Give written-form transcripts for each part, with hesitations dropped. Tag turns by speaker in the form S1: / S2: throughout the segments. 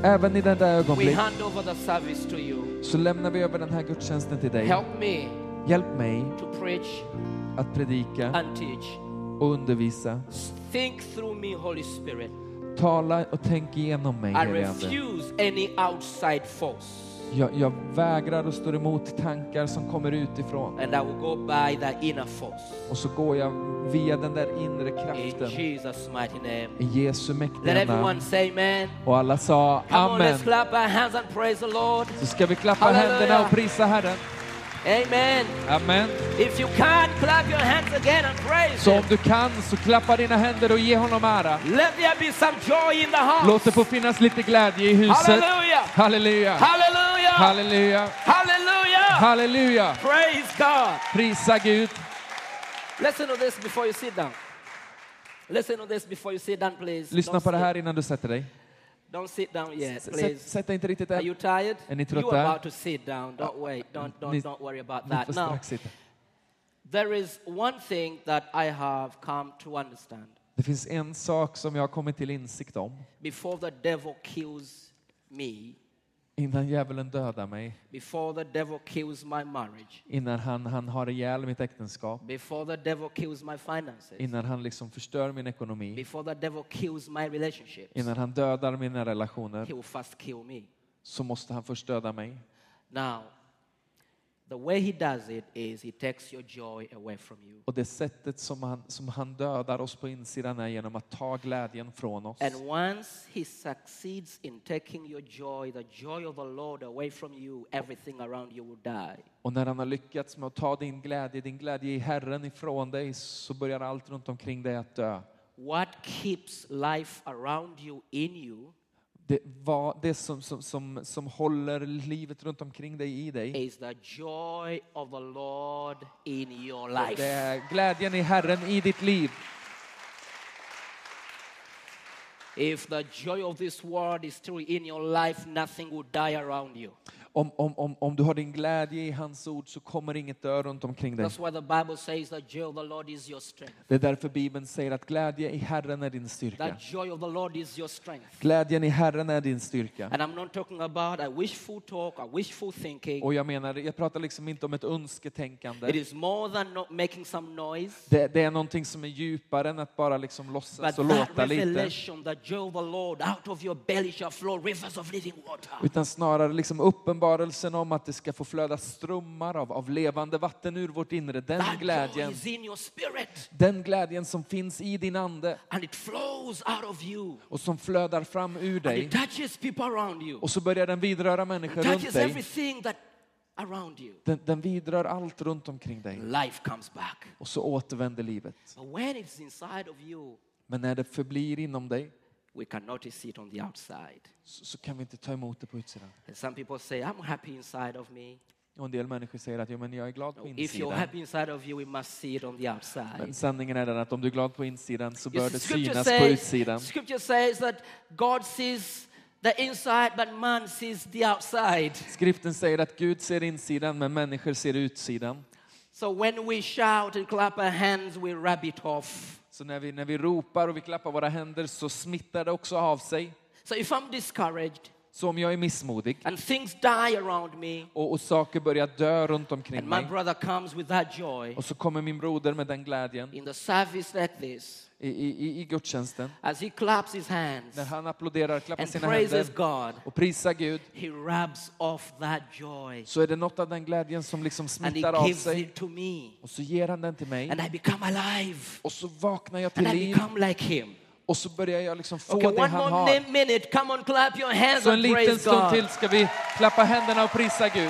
S1: Även i det där
S2: we
S1: ögonblick
S2: hand over the service to you.
S1: så lämnar vi över den här gudstjänsten till dig.
S2: Help me
S1: Hjälp mig
S2: to preach
S1: att predika
S2: and teach.
S1: och undervisa.
S2: Think through me, Holy Spirit.
S1: Tala och tänk igenom mig,
S2: I
S1: helige Ande.
S2: refuse any outside force.
S1: Jag vägrar och står emot tankar som kommer utifrån.
S2: And I will go by the inner force.
S1: Och så går jag via den där inre
S2: In
S1: kraften.
S2: Jesus' mighty name.
S1: I Jesu
S2: Let
S1: mäktiga
S2: everyone
S1: namn.
S2: say amen.
S1: Och alla sa
S2: Come on,
S1: amen.
S2: let's clap our hands and praise the Lord.
S1: Så ska vi klappa
S2: Halleluja.
S1: händerna och prisa Herren.
S2: Amen.
S1: Amen.
S2: If you can't, clap your hands again and praise
S1: Så
S2: Him.
S1: om du kan så klappa dina händer och ge honom ära.
S2: Let there be some joy in the house.
S1: Låt det få finnas lite glädje i huset.
S2: Hallelujah.
S1: Halleluja.
S2: Hallelujah.
S1: Halleluja.
S2: Hallelujah.
S1: Halleluja.
S2: Praise God.
S1: Prisa Gud.
S2: Listen to this before you sit down. Listen to this before you sit down, please.
S1: Lyssna på det här innan du sätter dig.
S2: Don't sit down yet,
S1: Sätt
S2: please.
S1: dig inte riktigt
S2: Are
S1: än.
S2: you tired?
S1: Är ni
S2: You're
S1: trötta?
S2: about to sit down. Don't wait. Don't worry about
S1: Ni
S2: that.
S1: får
S2: Now,
S1: strax sitta.
S2: there is one thing that I have come to understand.
S1: Det finns en sak som jag har kommit till insikt om.
S2: Before the devil kills me,
S1: Innan djävulen dödar mig.
S2: before the devil kills my marriage,
S1: Innan han har ihjäl mitt äktenskap.
S2: before the devil kills my finances,
S1: Innan han liksom förstör min ekonomi.
S2: before the devil kills my relationships,
S1: Innan han dödar mina relationer.
S2: he will first kill me.
S1: Så måste han först döda mig.
S2: Now, the way he does it is he takes your joy away from you.
S1: Och det sättet som han dödar oss på insidan är genom att ta glädjen från oss.
S2: And once he succeeds in taking your joy, the joy of the Lord away from you, everything around you will die.
S1: Och när han har lyckats med att ta din glädje i Herren ifrån dig, så börjar allt runt omkring dig att dö.
S2: What keeps life around you in you
S1: Det som håller livet runt omkring dig i dig,
S2: is the joy of the Lord in your life.
S1: det är glädjen i Herren i ditt liv.
S2: If the joy of this world is still in your life, nothing will die around you.
S1: Om du har din glädje i hans ord, så kommer inget dö runt omkring dig.
S2: That's why the Bible says the joy of the Lord is your strength.
S1: Det är därför Bibeln säger att glädje i Herren är din styrka.
S2: That joy of the Lord is your strength.
S1: Glädjen i Herren är din styrka.
S2: And I'm not talking about a wishful talk, a wishful thinking.
S1: Och jag pratar liksom inte om ett önsketänkande.
S2: It is more than not making some noise.
S1: Det är någonting som är djupare än att bara liksom låtsas och
S2: But
S1: låta
S2: that
S1: lite.
S2: revelation, the joy of the Lord, out of your belly shall flow rivers of living water.
S1: Utan snarare liksom uppenbarelsen om att det ska få flöda strömmar av levande vatten ur vårt inre.
S2: That joy
S1: Glädjen,
S2: is in your spirit.
S1: den glädjen som finns i din ande
S2: And it flows out of you.
S1: och som flödar fram ur
S2: And
S1: dig.
S2: it touches people around you.
S1: Och så börjar den vidröra människor
S2: It
S1: runt
S2: touches
S1: dig.
S2: everything that around you.
S1: Den vidrör allt runt omkring dig.
S2: Life comes back.
S1: Och så återvänder livet.
S2: But when it's inside of you,
S1: Men när det förblir inom dig,
S2: we can notice it on the outside.
S1: så kan vi inte ta emot det på utsidan.
S2: And some people say, I'm happy inside of me.
S1: Och en del människor säger att men jag är glad på
S2: If you're
S1: insidan.
S2: happy inside of you, we must see it on the outside.
S1: Men sanningen är den att om du är glad på insidan, så bör
S2: Yes,
S1: det
S2: scripture
S1: synas på utsidan.
S2: Scripture says that God sees the inside, but man sees the outside.
S1: Skriften säger att Gud ser insidan, men människor ser utsidan.
S2: So when we shout and clap our hands, we rub it off.
S1: Så när vi ropar och vi klappar våra händer, så smittar det också av sig.
S2: So if I'm discouraged
S1: Så om jag är missmodig
S2: and things die around me,
S1: och saker börjar dö runt omkring
S2: and my
S1: mig,
S2: brother comes with that joy
S1: och så kommer min broder med den glädjen
S2: in the service like this,
S1: i gudstjänsten,
S2: as he claps his hands
S1: när han applåderar, klappar
S2: and
S1: sina
S2: praises
S1: händer
S2: God,
S1: och prisar Gud,
S2: he rubs off that joy
S1: så är det något av den glädjen som liksom
S2: and he
S1: smittar av
S2: gives
S1: sig.
S2: it to me,
S1: Och så ger han den till mig.
S2: and I become alive,
S1: Och så vaknar jag
S2: and
S1: till
S2: I
S1: liv.
S2: become like him.
S1: Och så börjar jag liksom få
S2: Okay,
S1: det
S2: one
S1: han
S2: more
S1: har.
S2: minute. Come on, clap your hands
S1: Så en
S2: and
S1: liten
S2: praise
S1: stund
S2: God.
S1: till ska vi klappa händerna och prisa Gud.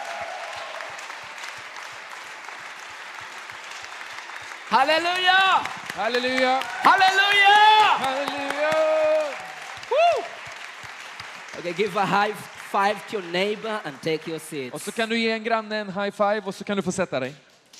S2: Hallelujah!
S1: Halleluja!
S2: Hallelujah!
S1: Halleluja!
S2: Woo! Okay, give a high five to your neighbor and take your
S1: Och
S2: seats.
S1: så kan du ge en granne en high five och så kan du få sätta dig.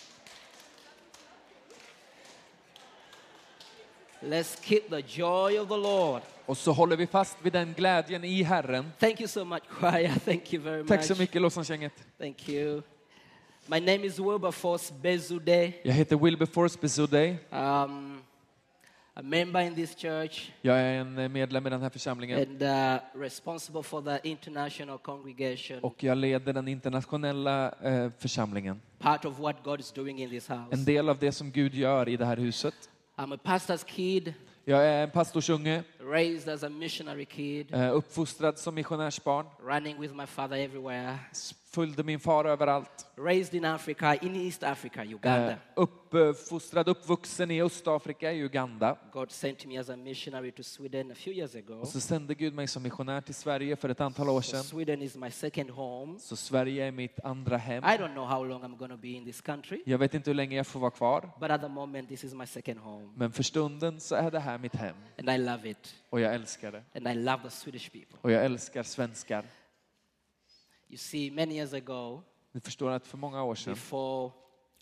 S2: Let's keep the joy of the Lord.
S1: Och så håller vi fast vid den glädjen i Herren.
S2: Thank you so much, choir. Thank you very
S1: Tack
S2: much.
S1: så mycket, lovsångsgänget.
S2: Thank you. My name is Wilberforce Bezude.
S1: Jag heter Wilberforce Bezude.
S2: a member in this church,
S1: Jag är en medlem i den här församlingen.
S2: and responsible for the international congregation.
S1: Och jag leder den internationella församlingen.
S2: Part of what God is doing in this house.
S1: En del av det som Gud gör i det här huset.
S2: I'm a pastor's kid,
S1: Jag är en pastorsunge,
S2: raised as a missionary kid,
S1: uppfostrad som missionärsbarn.
S2: running with my father everywhere.
S1: Följde min far överallt.
S2: Raised in Africa, in East Africa, Uganda.
S1: Uppvuxen i Östafrika, i Uganda.
S2: God sent me as a missionary to Sweden a few years ago.
S1: Och så sände Gud mig som missionär till Sverige för ett antal år
S2: So
S1: sedan.
S2: Sweden is my second home.
S1: Så Sverige är mitt andra hem.
S2: I don't know how long I'm going to be in this country,
S1: Jag vet inte hur länge jag får vara kvar.
S2: but at the moment this is my second home.
S1: Men för stunden så är det här mitt hem.
S2: And I love it.
S1: Och jag älskar det.
S2: And I love the Swedish people.
S1: Och jag älskar svenskar.
S2: You see, many years ago,
S1: Ni förstår att för många år sedan,
S2: before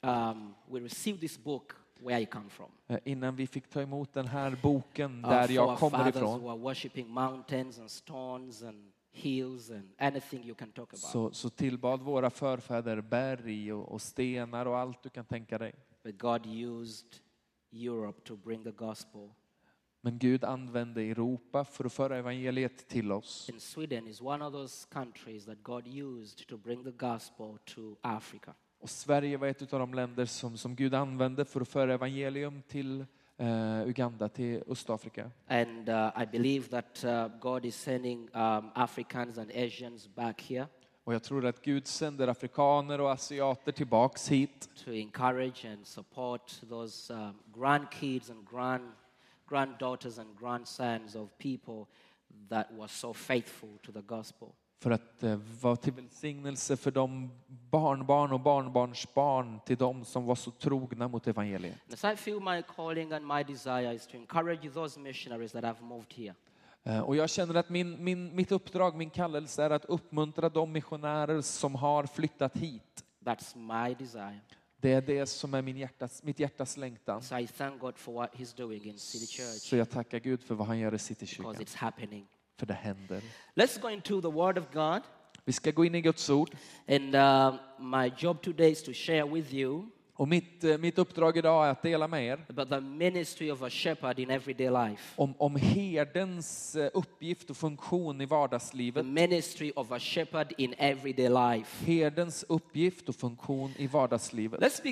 S2: we received this book, where I come from,
S1: innan vi fick ta emot den här boken
S2: our
S1: där jag kommer
S2: forefathers
S1: ifrån,
S2: were worshipping mountains and stones and hills and anything you can talk about.
S1: så tillbad våra förfäder berg och stenar och allt du kan tänka dig.
S2: But God used Europe to bring the gospel.
S1: Men Gud använde Europa för att föra evangeliet till oss.
S2: And Sweden is one of those countries that God used to bring the gospel to Africa.
S1: Och Sverige var ett av de länder som Gud använde för att föra evangelium till Uganda, till Östafrika.
S2: And I believe that God is sending Africans and Asians back here
S1: Och jag tror att Gud sänder afrikaner och asiater tillbaks hit.
S2: to encourage and support those grandkids and granddaughters and grandsons of people that were so faithful to the gospel.
S1: För att vara till välsignelse för de barnbarn och barnbarnsbarn till de som var så trogna mot evangeliet.
S2: And so I feel my calling and my desire is to encourage those missionaries that have moved here.
S1: Och jag känner att mitt uppdrag, min kallelse är att uppmuntra de missionärer som har flyttat hit.
S2: That's my desire.
S1: Det är det som är mitt hjärtas längtan.
S2: So I thank God for what He's doing in City Church,
S1: Så jag tackar Gud för vad han gör i
S2: because
S1: Citykyrkan.
S2: it's happening.
S1: För det händer.
S2: Let's go into the Word of God.
S1: Vi ska gå in i Guds ord.
S2: And my job today is to share with you
S1: Och mitt uppdrag idag är att dela med er
S2: about the ministry of a shepherd in everyday life.
S1: om herdens uppgift och funktion i
S2: The
S1: vardagslivet.
S2: ministry of a shepherd in everyday life.
S1: Herdens uppgift och funktion i vardagslivet.
S2: Let's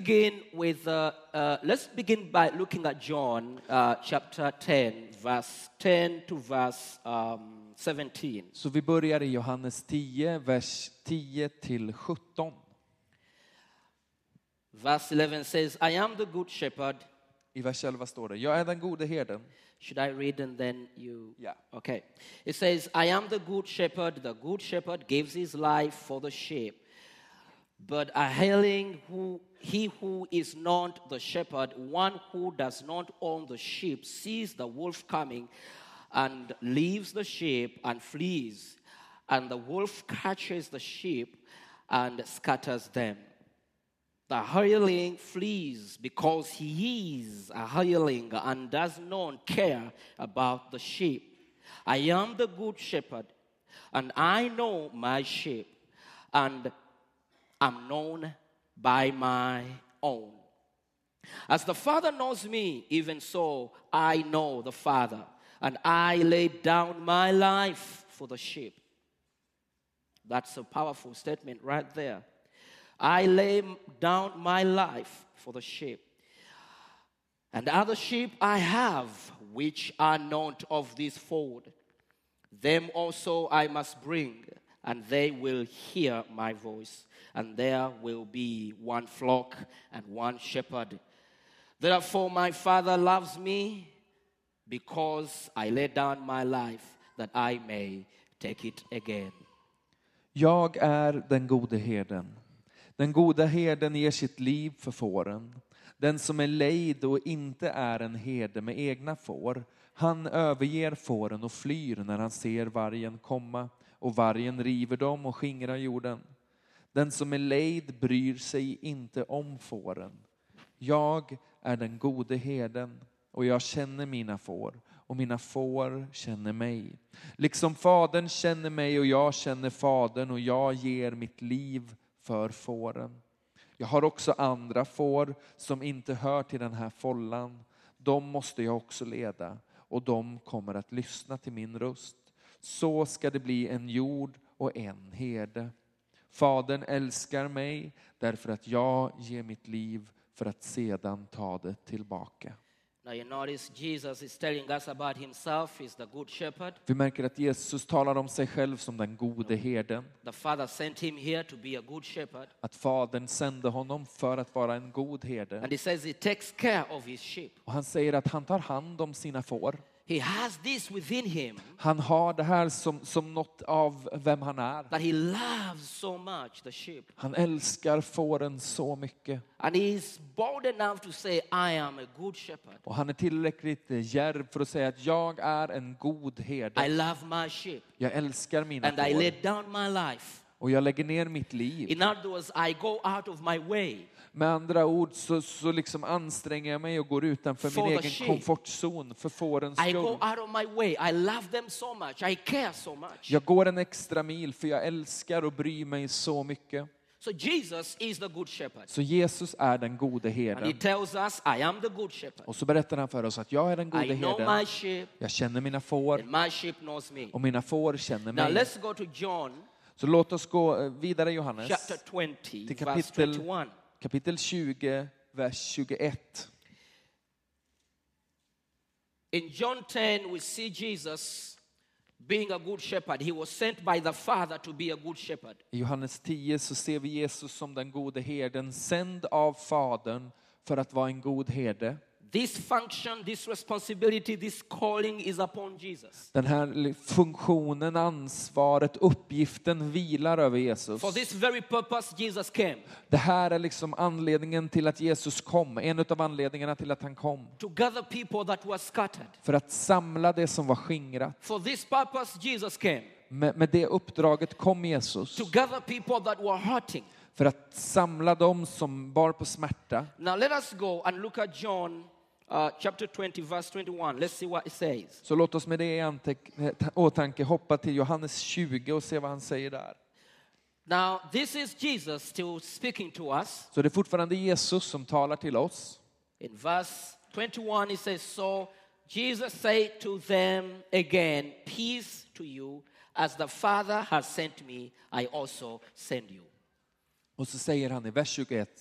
S2: begin by looking at John chapter 10, verse 10 to verse 17.
S1: Så vi börjar i Johannes 10, vers 10 till 17.
S2: Verse 11 says, I am the good shepherd.
S1: I vers 11 står det: Jag är den gode herden.
S2: Should I read and then you?
S1: Yeah.
S2: Okay. It says, I am the good shepherd. The good shepherd gives his life for the sheep. But a hailing he who is not the shepherd, one who does not own the sheep, sees the wolf coming and leaves the sheep and flees. And the wolf catches the sheep and scatters them. The hireling flees because he is a hireling and does not care about the sheep. I am the good shepherd, and I know my sheep, and am known by my own. As the Father knows me, even so I know the Father, and I lay down my life for the sheep. That's a powerful statement right there. I lay down my life for the sheep. And other sheep I have, which are not of this fold. Them also I must bring, and they will hear my voice. And there will be one flock and one shepherd. Therefore my Father loves me, because I lay down my life, that I may take it again.
S1: Jag är den gode herden. Den goda herden ger sitt liv för fåren. Den som är lejd och inte är en herde med egna får, han överger fåren och flyr när han ser vargen komma, och vargen river dem och skingrar jorden. Den som är lejd bryr sig inte om fåren. Jag är den gode herden, och jag känner mina får, och mina får känner mig. Liksom fadern känner mig och jag känner fadern, och jag ger mitt liv för fåren. Jag har också andra får som inte hör till den här fållan. de måste jag också leda, och de kommer att lyssna till min röst. Så ska det bli en jord och en herde. Fadern älskar mig därför att jag ger mitt liv för att sedan ta det tillbaka.
S2: Now you notice Jesus is telling us about himself. He's the good shepherd.
S1: Vi märker att Jesus talar om sig själv som den gode herden.
S2: The Father sent him here to be a good shepherd.
S1: Att Fadern sände honom för att vara en god herde.
S2: And he says he takes care of his sheep.
S1: Och han säger att han tar hand om sina får.
S2: He has this within him.
S1: Han har det här som något av vem han är.
S2: That he loves so much, the sheep.
S1: Han älskar fåren så mycket.
S2: And he is bold enough to say, I am a good shepherd.
S1: Och han är tillräckligt djärv för att säga att jag är en god herde.
S2: I love my sheep.
S1: Jag älskar mina
S2: And I lay
S1: får.
S2: down my life.
S1: Och jag lägger ner mitt liv.
S2: In other words, I go out of my way.
S1: Med andra ord så liksom anstränger jag mig och går utanför
S2: For
S1: min
S2: the
S1: egen
S2: sheep.
S1: komfortzon för fårens
S2: I go
S1: skull.
S2: out of my way. I love them so much. I care so much.
S1: Jag går en extra mil för jag älskar och bryr mig så mycket.
S2: So Jesus is the good shepherd.
S1: Så Jesus är den gode
S2: And he
S1: herden.
S2: tells us, I am the good shepherd.
S1: Och så berättar han för oss att jag är den gode
S2: I know my
S1: herden.
S2: sheep,
S1: Jag känner mina får
S2: and my sheep knows me.
S1: och mina får känner
S2: Now
S1: mig.
S2: let's go to John
S1: Så låt oss gå vidare i Johannes.
S2: chapter 20,
S1: Till
S2: verse 21.
S1: kapitel 20, vers 21.
S2: In John 10, we see Jesus being a good shepherd. He was sent by the Father to be a good shepherd.
S1: I Johannes 10 så ser vi Jesus som den gode herden, sänd av Fadern för att vara en god herde.
S2: This function, this responsibility, this calling is upon Jesus.
S1: Den här funktionen, ansvaret, uppgiften vilar över Jesus.
S2: For this very purpose, Jesus came.
S1: Det här är liksom anledningen till att Jesus kom. En av anledningarna till att han kom.
S2: To gather people that were scattered.
S1: För att samla det som var skingrat.
S2: For this purpose, Jesus came.
S1: Med det uppdraget kom Jesus.
S2: To gather people that were hurting.
S1: För att samla dem som bar på smärta.
S2: Now let us go and look at John chapter 20, verse 21. Let's see what it says.
S1: Så låt oss med det i åtanke hoppa till Johannes 20 och se vad han säger där.
S2: Now this is Jesus still speaking to us.
S1: Så det är fortfarande Jesus som talar till oss.
S2: In verse 21 it says, so Jesus said to them again, peace to you, as the Father has sent me, I also send you.
S1: Och så säger han i vers 21.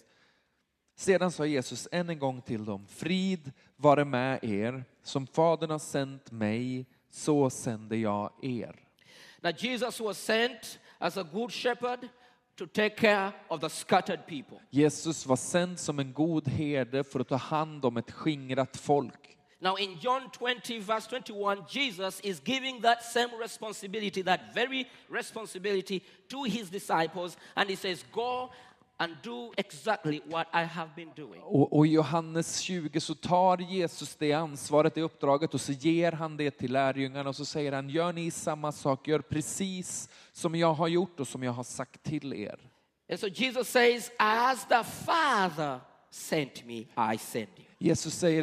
S1: Sedan sa Jesus än en gång till dem, frid vare med er, som Fadern har sänt mig, så sänder jag er.
S2: Now Jesus was sent as a good shepherd to take care of the scattered people.
S1: Jesus var sänd som en god herde för att ta hand om ett skingrat folk.
S2: Now in John 20 verse 21, Jesus is giving that same responsibility, that very responsibility to his disciples, and he says, go and do exactly what I have been doing.
S1: Och i Johannes 20 så tar Jesus det ansvaret, det uppdraget, och så ger han det till lärjungarna och så säger han, gör ni samma sak, gör precis som jag har gjort och som jag har sagt till er.
S2: And so Jesus says, as the Father sent me, I send you.
S1: Jesus säger,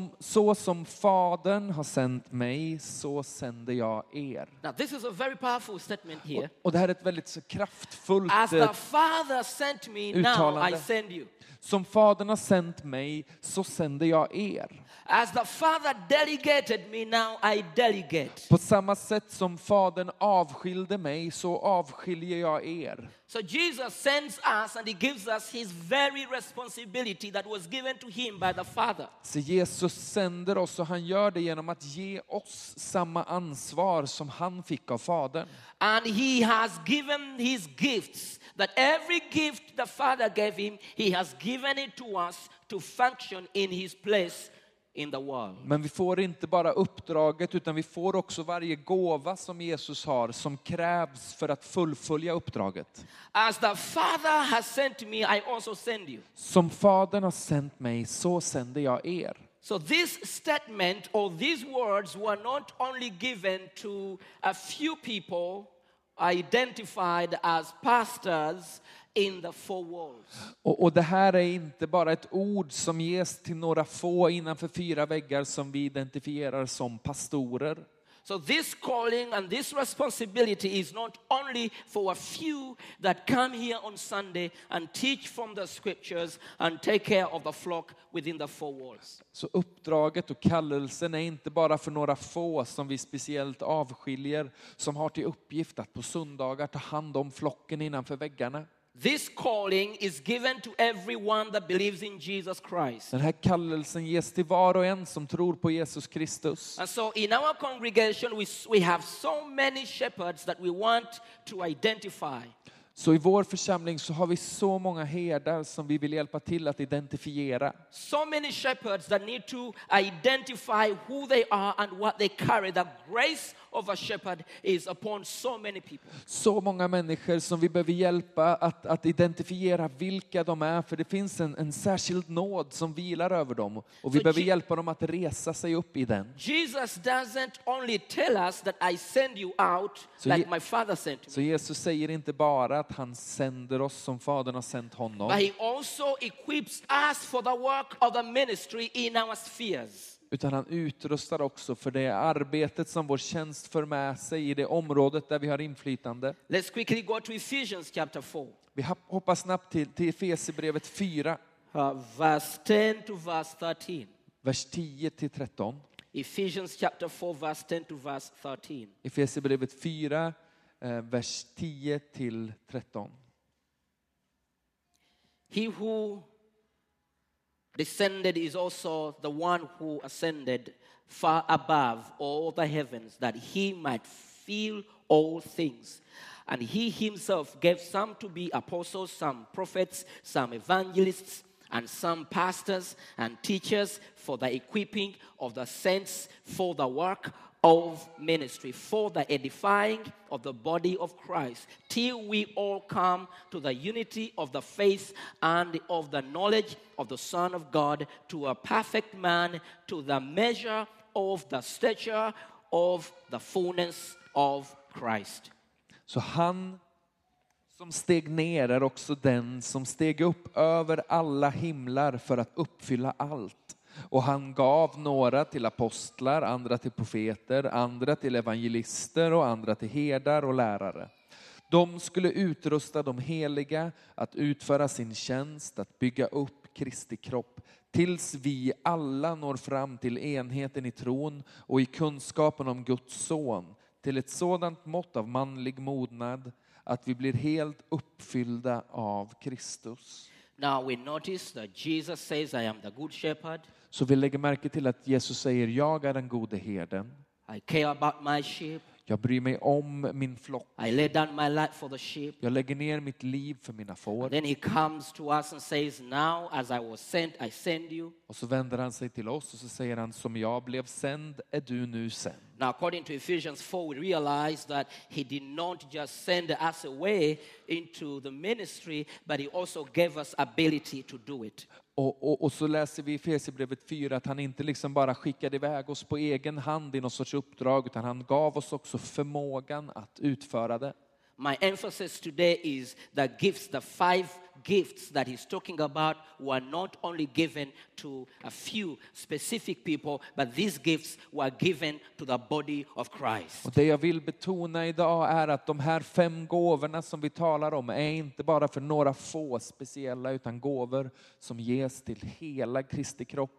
S1: så som Fadern har sänt mig, så sänder jag er.
S2: Now this is a very powerful statement here.
S1: Och det här är ett väldigt så kraftfullt
S2: As the Father sent me, now
S1: uttalande.
S2: I send you.
S1: Som Fadern har sänt mig, så sänder jag er.
S2: As the Father delegated me, now I delegate.
S1: På samma sätt som Fadern avskilde mig, så avskiljer jag er.
S2: So Jesus sends us and he gives us his very responsibility that was given to him by the Father.
S1: Så Jesus sänder oss, och han gör det genom att ge oss samma ansvar som han fick av Fadern.
S2: And he has given his gifts, that every gift the Father gave him, he has given it to us to function in his place in the world.
S1: Men vi får inte bara uppdraget, utan vi får också varje gåva som Jesus har, som krävs för att fullfölja uppdraget.
S2: As the Father has sent me, I also send you.
S1: Som Fadern har sänt mig, så sänder jag er.
S2: So this statement or these words were not only given to a few people identified as pastors in the four walls.
S1: Och det här är inte bara ett ord som ges till några få innanför 4 väggar som vi identifierar som pastorer.
S2: So this calling and this responsibility is not only for a few that come here on Sunday and teach from the scriptures and take care of the flock within the four walls.
S1: Så uppdraget och kallelsen är inte bara för några få som vi speciellt avskiljer, som har till uppgift att på söndagar ta hand om flocken innanför väggarna.
S2: This calling is given to everyone that believes in Jesus Christ.
S1: Den här kallelsen ges till var och en som tror på Jesus Kristus.
S2: And so in our congregation we have so many shepherds that we want to identify.
S1: Så i vår församling så har vi så många herdar som vi vill hjälpa till att identifiera.
S2: So many shepherds that need to identify who they are and what they carry. The grace of a shepherd is upon so many people.
S1: Så många människor som vi behöver hjälpa att identifiera vilka de är. För det finns en särskild nåd som vilar över dem. Och vi behöver hjälpa dem att resa sig upp i den.
S2: Jesus doesn't only tell us that I send you out like my father sent me.
S1: Så Jesus säger inte bara att han sänder oss som Fadern har sänt honom.
S2: But he also equips us for the work of the ministry in our spheres.
S1: Utan han utrustar också för det arbetet som vår tjänst för med sig i det området där vi har inflytande.
S2: Let's quickly go to Ephesians chapter 4.
S1: Vi hoppar snabbt till Efesierbrevet 4.
S2: Verse 10 to verse 13.
S1: Vers 10 till 13.
S2: Ephesians chapter 4 verse 10 to verse 13.
S1: Efesierbrevet 4, vers 10 till 13.
S2: He who descended is also the one who ascended far above all the heavens, that he might fill all things. And he himself gave some to be apostles, some prophets, some evangelists, and some pastors and teachers for the equipping of the saints for the work of ministry, for the edifying of the body of Christ, till we all come to the unity of the faith and of the knowledge of the Son of God, to a perfect man, to the measure of the stature of the fullness of Christ.
S1: Så han som steg ner är också den som steg upp över alla himlar för att uppfylla allt. Och han gav några till apostlar, andra till profeter, andra till evangelister och andra till herdar och lärare. De skulle utrusta de heliga att utföra sin tjänst, att bygga upp Kristi kropp, tills vi alla når fram till enheten i tron och i kunskapen om Guds son, till ett sådant mått av manlig modnad att vi blir helt uppfyllda av Kristus.
S2: Now we notice that Jesus says, I am the good shepherd.
S1: Så vi lägger märke till att Jesus säger, jag är den gode herden.
S2: I care about my sheep.
S1: Jag bryr mig om min flock.
S2: I lay down my life for the sheep.
S1: Jag lägger ner mitt liv för mina får.
S2: Then he comes to us and says, now as I was sent, I send you.
S1: Och så vänder han sig till oss och så säger han, som jag blev sänd är du nu sänd.
S2: Now according to Ephesians 4, we realize that he did not just send us away into the ministry, but he also gave us ability to do it.
S1: Och så läser vi i Efesierbrevet 4 att han inte liksom bara skickade iväg oss på egen hand i någon sorts uppdrag, utan han gav oss också förmågan att utföra det.
S2: My emphasis today is the gifts, the 5 gifts that he's talking about were not only given to a few specific people, but these gifts were given to the body of Christ.
S1: Och det jag vill betona idag är att de här 5 gåvorna som vi talar om är inte bara för några få speciella, utan gåvor som ges till hela Kristi kropp.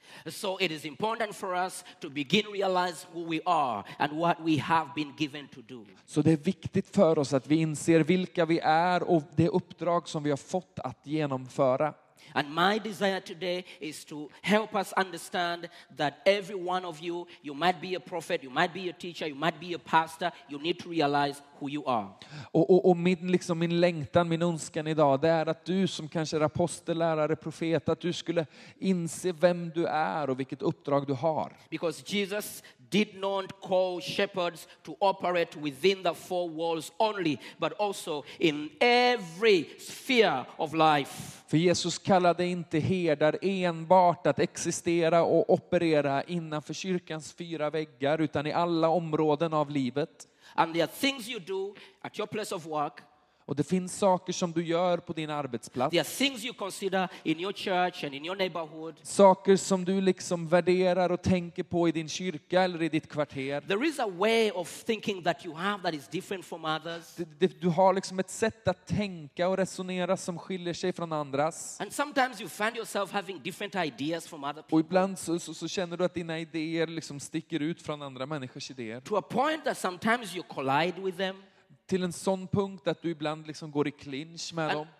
S2: So it is important for us to begin realize who we are and what we have been given to do.
S1: Så det är viktigt för oss att vi inser vilka vi är och det uppdrag som vi har fått att genomföra.
S2: And my desire today is to help us understand that every one of you might be a prophet, you might be a teacher, you might be a pastor, you need to realize who you are.
S1: Och min längtan, min önskan idag, det är att du som kanske är apostel, lärare, profet, att du skulle inse vem du är och vilket uppdrag du har.
S2: Because Jesus did not call shepherds to operate within the 4 walls only, but also in every sphere of life.
S1: För Jesus kallade inte herdar enbart att existera och operera innanför kyrkans 4 väggar, utan i alla områden av livet.
S2: And there are things you do at your place of work.
S1: Och det finns saker som du gör på din arbetsplats.
S2: There are things you consider in your church and in your neighborhood.
S1: Saker som du liksom värderar och tänker på i din kyrka eller i ditt kvarter.
S2: There is a way of thinking that you have that is different from others.
S1: Du har liksom ett sätt att tänka och resonera som skiljer sig från andras.
S2: And sometimes you find yourself having different ideas from other people.
S1: Och ibland så känner du att dina idéer liksom sticker ut från andra människors idéer.
S2: To a point that sometimes you collide with them.
S1: Till en sån punkt att du ibland liksom går i clinch med dem.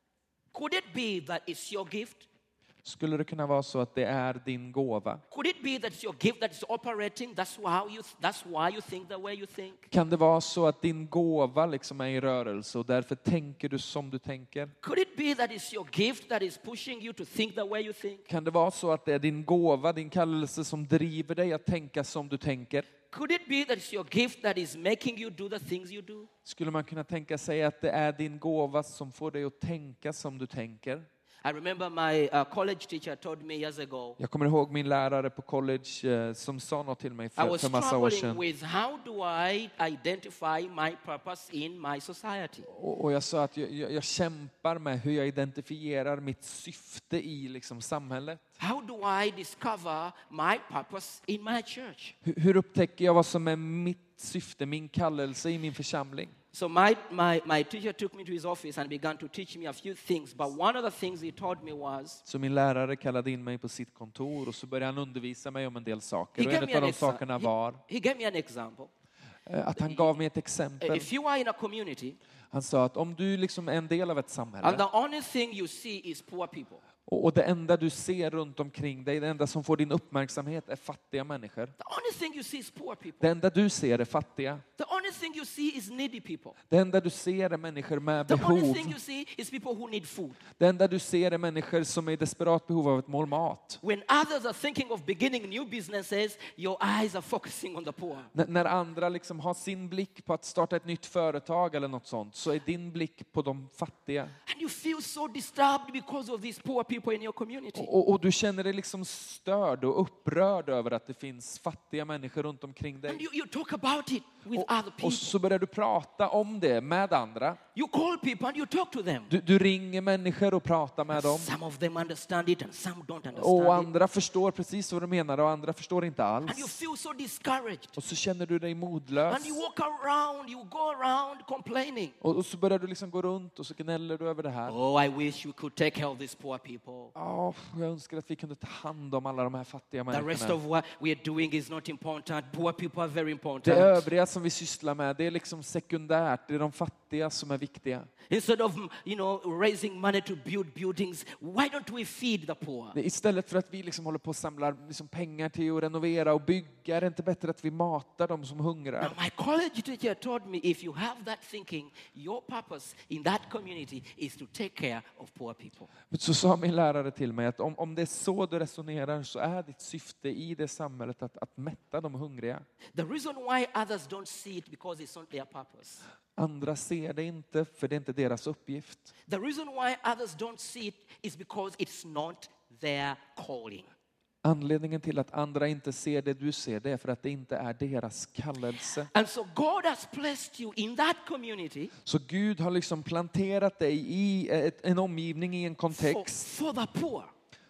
S2: Could it be that it's your gift?
S1: Skulle det kunna vara så att det är din gåva?
S2: Could it be that it's your gift that is operating? That's why you think the way you think?
S1: Kan det vara så att din gåva liksom är i rörelse och därför tänker du som du tänker?
S2: Could it be that it's your gift that is pushing you to think the way you think?
S1: Kan det vara så att det är din gåva, din kallelse som driver dig att tänka som du tänker?
S2: Could it be that it's your gift that is making you do the things you do?
S1: Skulle man kunna tänka sig att det är din gåva som får dig att tänka som du tänker?
S2: I remember my college teacher told me years ago.
S1: Jag kommer ihåg min lärare på college som sa något till mig
S2: I
S1: för
S2: was
S1: massa år
S2: struggling
S1: sedan.
S2: with how do I identify my purpose in my society?
S1: Och jag sa att jag kämpar med hur jag identifierar mitt syfte i liksom samhället.
S2: How do I discover my purpose in my church?
S1: Hur upptäcker jag vad som är mitt syfte, min kallelse i min församling?
S2: So my teacher took me to his office and began to teach me a few things. But one of the things he taught me was...
S1: Så min lärare kallade in mig på sitt kontor och så började han undervisa mig om en del saker. Och en av de sakerna var
S2: he gave me an example.
S1: Att han gav mig ett exempel.
S2: If you are in a community...
S1: Han sa att om du liksom är en del av ett samhälle.
S2: And the only thing you see is poor people.
S1: Och det enda du ser runt omkring dig, det enda som får din uppmärksamhet är fattiga människor.
S2: The only thing you see is poor people.
S1: Det enda du ser är fattiga.
S2: The only thing you see is needy people.
S1: Det enda du ser är människor med
S2: The only
S1: behov.
S2: thing you see is people who need food.
S1: Det enda du ser är människor som är i desperat behov av ett mål mat.
S2: When others are thinking of beginning new businesses, your eyes are focusing on the poor.
S1: När andra liksom har sin blick på att starta ett nytt företag eller något sånt, så är din blick på de fattiga.
S2: And you feel so disturbed because of these poor people in your community.
S1: Och du känner dig liksom störd och upprörd över att det finns fattiga människor runt omkring dig.
S2: And you talk about it with other people.
S1: Och så börjar du prata om det med andra.
S2: You call people and you talk to them.
S1: Du ringer människor och pratar med dem.
S2: Some of them understand it and some don't understand
S1: Och
S2: it.
S1: andra förstår precis vad du menar och andra förstår inte
S2: And you
S1: alls.
S2: feel so discouraged.
S1: Och så känner du dig modlös.
S2: And you walk around, you go around complaining.
S1: Och så börjar du liksom gå runt och så gnäller du över det här.
S2: Oh, I wish we could take care of these poor people.
S1: Jag önskar att vi kunde ta hand om alla de här fattiga
S2: The rest
S1: människorna.
S2: of what we are doing is not important. Poor people are very
S1: Det
S2: important.
S1: övriga som vi sysslar med, det är liksom sekundärt. Det är de fattiga som är viktiga.
S2: Instead of, raising money to build buildings, why don't we feed the poor?
S1: Istället för att vi liksom håller på att samla liksom pengar till att renovera och bygga, är det inte bättre att vi matar dem som hungrar?
S2: Now, my college teacher told me if you have that thinking, your purpose in that community is to take care of poor people.
S1: Så sa min lärare till mig att om det är så du resonerar så är ditt syfte i det samhället att mätta de hungriga.
S2: The reason why others don't see it because it's not their purpose.
S1: Andra ser det inte för det är inte deras uppgift.
S2: The reason why others don't see it is because it's not their calling.
S1: Anledningen till att andra inte ser det du ser, det är för att det inte är deras kallelse.
S2: And so God has placed you in that community.
S1: Så Gud har liksom planterat dig i en omgivning, i en kontext.
S2: For the poor.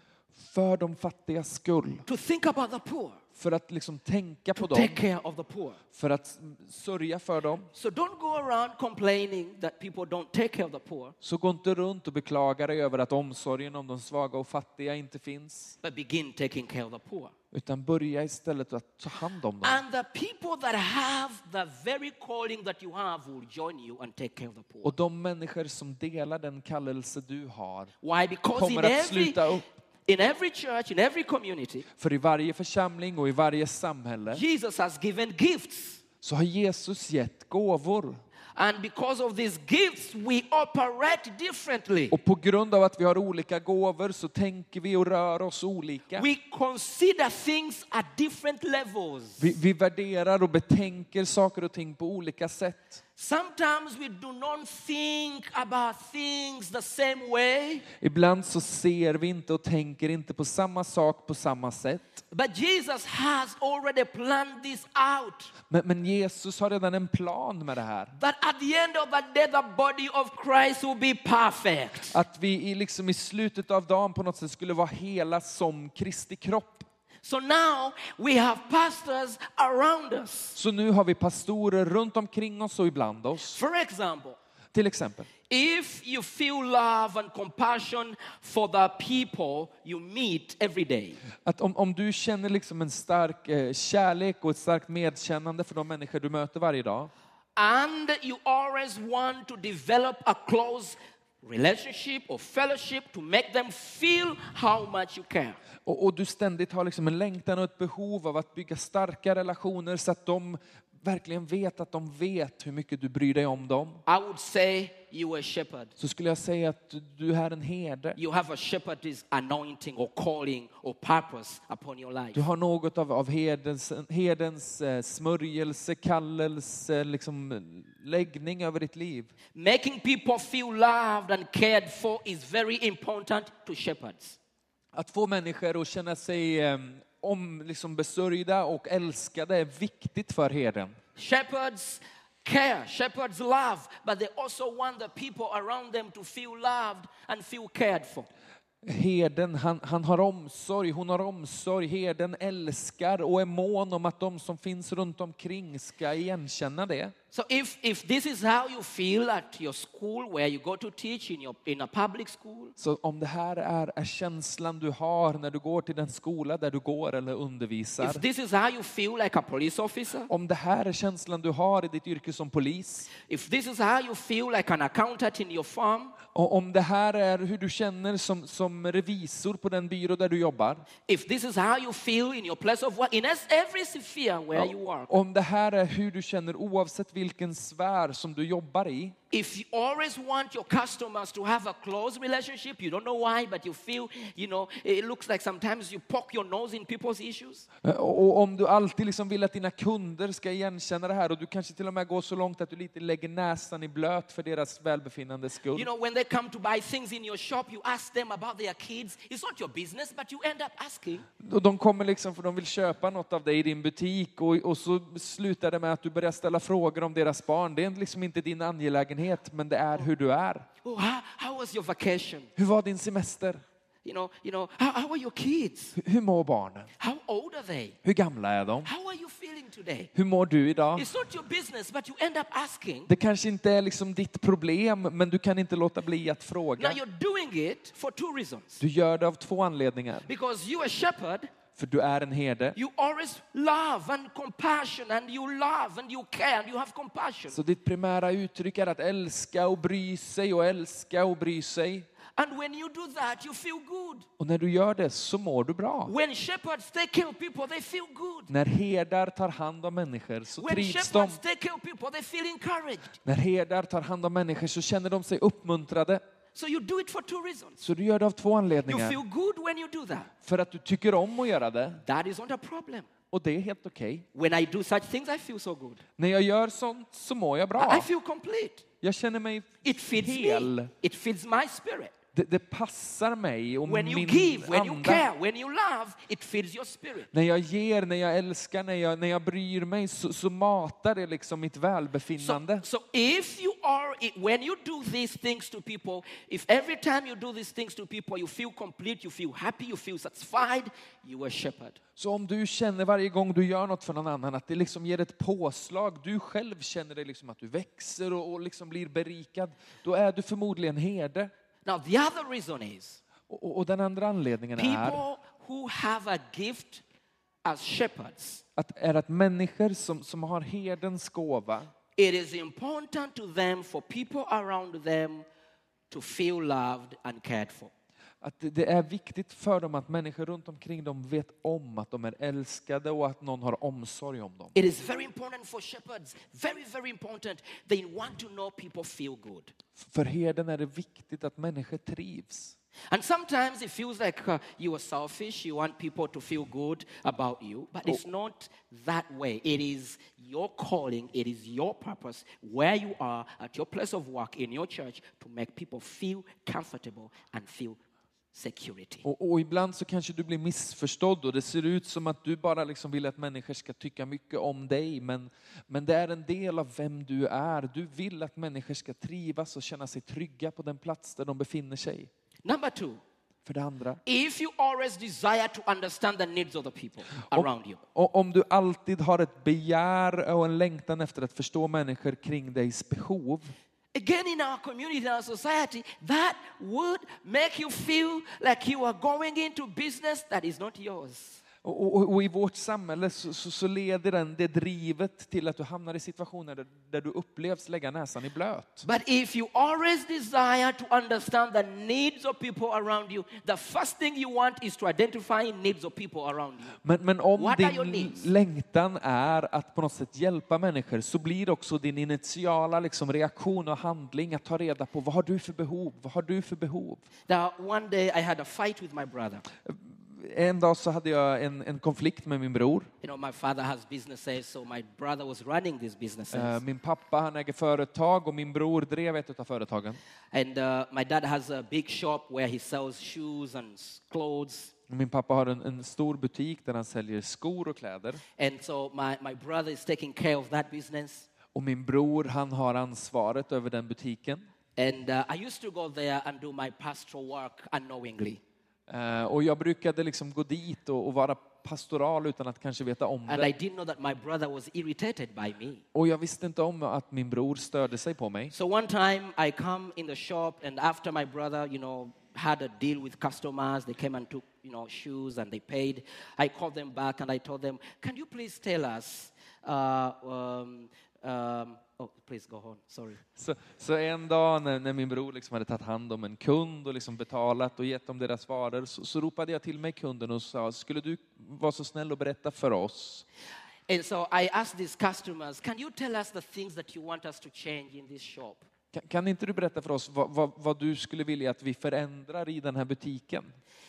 S1: För de fattigas skull.
S2: To think about the poor.
S1: För att liksom tänka på
S2: To
S1: dem.
S2: take care of the poor.
S1: För att sörja för dem.
S2: So don't go around complaining that people don't take care of the poor.
S1: Så gå inte runt och beklaga dig över att omsorgen om de svaga och fattiga inte finns.
S2: But begin taking care of the poor.
S1: Utan börja istället att ta hand om dem.
S2: And the people that have the very calling that you have will join you and take care of the poor.
S1: Och de människor som delar den kallelse du har
S2: Why? Because
S1: kommer att sluta upp.
S2: in every church, in every community,
S1: För i varje församling och i varje samhälle
S2: Jesus has given gifts.
S1: så har Jesus gett gåvor.
S2: And because of these gifts, we operate differently.
S1: Och på grund av att vi har olika gåvor så tänker vi och rör oss olika.
S2: We consider things at different levels.
S1: Vi värderar och betänker saker och ting på olika sätt.
S2: Sometimes we do not think about things the same way.
S1: Ibland så ser vi inte och tänker inte på samma sak på samma sätt.
S2: But Jesus has already planned this out.
S1: Men Jesus har redan en plan med det här.
S2: That at the end of the day, the body of Christ will be perfect.
S1: Att vi liksom i slutet av dagen på något sätt skulle vara hela som Kristi kropp.
S2: So now we have pastors around us.
S1: Så nu har vi pastorer runt omkring oss och ibland oss.
S2: For example,
S1: Till exempel.
S2: if you feel love and compassion for the people you meet every day,
S1: Att om du känner liksom en stark kärlek och ett starkt medkännande för de människor du möter varje dag.
S2: and you always want to develop a close relationship or fellowship to make them feel how much you care.
S1: Och du ständigt har liksom en längtan och ett behov av att bygga starka relationer så att de verkligen vet att de vet hur mycket du bryr dig om dem.
S2: I would say you are a shepherd.
S1: Så skulle jag säga att du är en herde.
S2: You have a shepherd's anointing or calling or purpose upon your life.
S1: Du har något av herdens smörjelse, kallelse, liksom läggning över ditt liv.
S2: Making people feel loved and cared for is very important to shepherds.
S1: Att få människor att känna sig liksom besörjda och älskade är viktigt för herden.
S2: Shepherds care, shepherds love, but they also want the people around them to feel loved and feel cared for.
S1: Herden, han har omsorg, hon har omsorg. Herden älskar och är mån om att de som finns runt omkring ska igenkänna det.
S2: So if this is how you feel at your school where you go to teach in a public school,
S1: Så om det här är känslan du har när du går till den skola där du går eller undervisar.
S2: if this is how you feel like a police officer,
S1: Om det här är känslan du har i ditt yrke som polis.
S2: if this is how you feel like an accountant in your firm,
S1: Och om det här är hur du känner som revisor på den byrå där du jobbar.
S2: if this is how you feel in your place of work, in every sphere where you work,
S1: Om det här är hur du känner oavsett vilken sfär som du jobbar i.
S2: if you always want your customers to have a close relationship, you don't know why, but you feel, it looks like sometimes you poke your nose in people's issues.
S1: Och om du alltid liksom vill att dina kunder ska igenkänna det här och du kanske till och med går så långt att du lite lägger näsan i blöt för deras välbefinnande skull.
S2: When they come to buy things in your shop, you ask them about their kids. It's not your business, but you end up asking.
S1: Och de kommer liksom för de vill köpa något av dig i din butik och så slutar det med att du börjar ställa frågor om deras barn. Det är liksom inte din angelägenhet, men det är hur du är.
S2: Oh, how was your vacation?
S1: Hur var din semester?
S2: How are your kids?
S1: Hur mår barnen?
S2: How old are they?
S1: Hur gamla är de?
S2: How are you feeling today?
S1: Hur mår du idag?
S2: It's not your business, but you end up asking.
S1: Det kanske inte är liksom ditt problem, men du kan inte låta bli att fråga.
S2: Now you're doing it for two reasons.
S1: Du gör det av två anledningar.
S2: Because you are a shepherd,
S1: För du är en herde.
S2: you always love and compassion, and you love and you care and you have compassion.
S1: Så ditt primära uttryck är att älska och bry sig och älska och bry sig.
S2: And when you do that, you feel good.
S1: Och när du gör det så mår du bra.
S2: When shepherds take care of people, they feel good.
S1: När herdar tar hand om människor så
S2: When
S1: trivs de.
S2: shepherds take care of people, they feel encouraged.
S1: När herdar tar hand om människor så känner de sig uppmuntrade.
S2: So you do it for two reasons.
S1: Så du gör det av två
S2: You
S1: anledningar.
S2: feel good when you do that.
S1: För att du tycker om att göra det.
S2: That is not a problem.
S1: Och det är helt okej.
S2: When I do such things, I feel so good.
S1: När jag gör sånt så mår jag
S2: I
S1: bra.
S2: feel complete.
S1: Jag känner mig
S2: It feeds
S1: hel.
S2: me. It feeds my spirit.
S1: Det passar mig och
S2: When you
S1: min
S2: give, when you
S1: anda.
S2: care, when you love, it feeds your spirit.
S1: När jag ger, när jag älskar, när jag bryr mig så matar det liksom mitt välbefinnande.
S2: So if you are, when you do these things to people, if every time you do these things to people, you feel complete, you feel happy, you feel satisfied, you are a shepherd.
S1: Så om du känner varje gång du gör något för någon annan att det liksom ger ett påslag, du själv känner dig liksom att du växer och liksom blir berikad, då är du förmodligen herde.
S2: Now the other reason is,
S1: Och den andra anledningen är
S2: people who have a gift as shepherds,
S1: att människor som har herdens gåva,
S2: it is important to them, for people around them, to feel loved and cared for.
S1: att det är viktigt för dem att människor runt omkring dem vet om att de är älskade och att någon har omsorg om dem.
S2: It is very important for shepherds, very, very important. They want to know people feel good.
S1: För herden är det viktigt att människor trivs.
S2: And sometimes it feels like you are selfish. You want people to feel good about you. But it's not that way. It is your calling. It is your purpose where you are at your place of work, in your church, to make people feel comfortable and feel security.
S1: Och ibland så kanske du blir missförstådd och det ser ut som att du bara liksom vill att människor ska tycka mycket om dig. Men det är en del av vem du är. Du vill att människor ska trivas och känna sig trygga på den plats där de befinner sig.
S2: Number 2.
S1: För det andra.
S2: If you always desire to understand the needs of the people around you.
S1: Om du alltid har ett begär och en längtan efter att förstå människor kring digs behov.
S2: Again, in our community, in our society, that would make you feel like you are going into business that is not yours.
S1: Och i vårt samhälle så leder det drivet till att du hamnar i situationer där du upplevs lägga näsan i blöt.
S2: But if you always desire to understand the needs of people around you, the first thing you want is to identify needs of people around you.
S1: Men om
S2: What are your
S1: din
S2: needs?
S1: längtan är att på något sätt hjälpa människor så blir också din initiala liksom reaktion och handling att ta reda på vad har du för behov? Vad har du för behov?
S2: Now, one day I had a fight with my brother.
S1: En dag så hade jag en konflikt med min bror.
S2: You know, my father has businesses, so my brother was running these businesses.
S1: Min pappa han äger företag och min bror drev ett av företagen.
S2: And my dad has a big shop where he sells shoes and clothes.
S1: Min pappa har en stor butik där han säljer skor och kläder.
S2: And so my brother is taking care of that business.
S1: Och min bror han har ansvaret över den butiken.
S2: And I used to go there and do my pastoral work unknowingly.
S1: Och jag brukade liksom gå dit och vara pastoral utan att kanske veta om
S2: And I
S1: det.
S2: didn't know that my brother was irritated by me.
S1: Och jag visste inte om att min bror störde sig på mig.
S2: So one time I come in the shop, and after my brother, you know, had a deal with customers, they came and took, you know, shoes and they paid. I called them back and I told them, can you please tell us, oh, please go on, sorry.
S1: Så en dag när min bror liksom hade tagit hand om en kund och liksom betalat och gett dem deras varor så ropade jag till mig kunden och sa, skulle du vara så snäll och berätta för oss?
S2: And so I asked these customers, can you tell us the things that you want us to change in this shop?
S1: Kan inte du berätta för oss vad du skulle vilja att vi förändrar i den här butiken?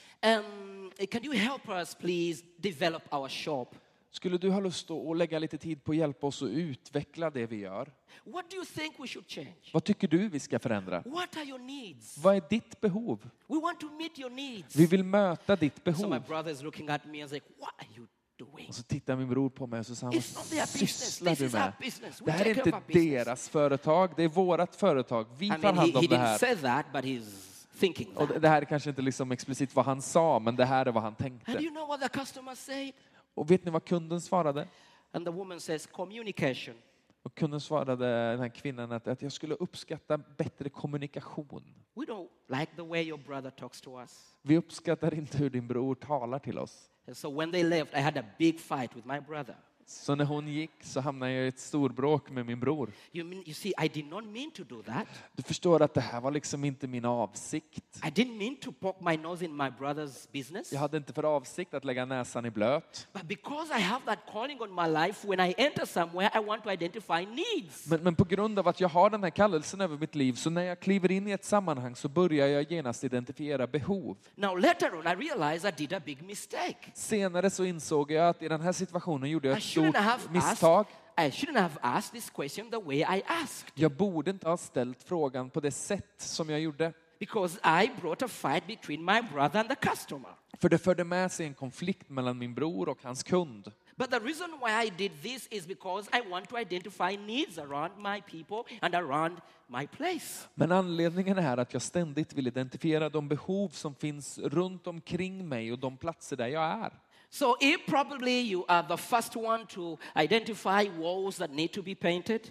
S2: Can you help us please develop our shop?
S1: Skulle du ha lust att lägga lite tid på att hjälpa oss att utveckla det vi gör?
S2: What do you think we should change?
S1: Vad tycker du vi ska förändra?
S2: What are your needs?
S1: Vad är ditt behov?
S2: We want to meet your needs.
S1: Vi vill möta ditt
S2: So my
S1: behov.
S2: brother is looking at me and like, what are you doing?
S1: Och så tittar min bror på mig och så säger han,
S2: It's not their
S1: vad
S2: business.
S1: sysslar
S2: This
S1: du
S2: is our
S1: med?
S2: business. We
S1: Det här är
S2: take care of
S1: inte
S2: our business.
S1: deras företag, det är vårat företag. Vi
S2: I
S1: tar
S2: mean,
S1: hand
S2: he
S1: om det
S2: didn't
S1: här.
S2: say that, but he's thinking
S1: Och
S2: that.
S1: det här är kanske inte liksom explicit vad han sa, men det här är vad han
S2: And do
S1: tänkte.
S2: you know what the customer said?
S1: Och vet ni vad kunden svarade?
S2: And the woman says, communication.
S1: Och kunden svarade den här kvinnan att jag skulle uppskatta bättre kommunikation.
S2: We don't like the way your brother talks to us.
S1: Vi uppskattar inte hur din bror talar till oss.
S2: And so when they left, I had a big fight with my brother.
S1: Så när hon gick så hamnade jag i ett storbråk med min bror.
S2: You see, I did not mean to do that.
S1: Du förstår att det här var liksom inte min avsikt.
S2: I didn't mean to poke my nose in my brother's business.
S1: Jag hade inte för avsikt att lägga näsan i blöt.
S2: But because I have that calling on my life, when I enter somewhere, I want to identify needs.
S1: Men på grund av att jag har den här kallelsen över mitt liv, så när jag kliver in i ett sammanhang så börjar jag genast identifiera behov.
S2: Now later on, I realized I did a big mistake.
S1: Senare så insåg jag att i den här situationen gjorde jag
S2: I
S1: ett
S2: shouldn't
S1: stort
S2: have
S1: misstag.
S2: I shouldn't have asked this question the way I asked.
S1: Jag borde inte ha ställt frågan på det sätt som jag gjorde.
S2: Because I brought a fight between my brother and the customer.
S1: För det förde med sig en konflikt mellan min bror och hans kund.
S2: But the reason why I did this is because I want to identify needs around my people and around my place.
S1: Men anledningen är att jag ständigt vill identifiera de behov som finns runt omkring mig och de platser där jag är.
S2: So if probably you are the first one to identify walls that need to be painted,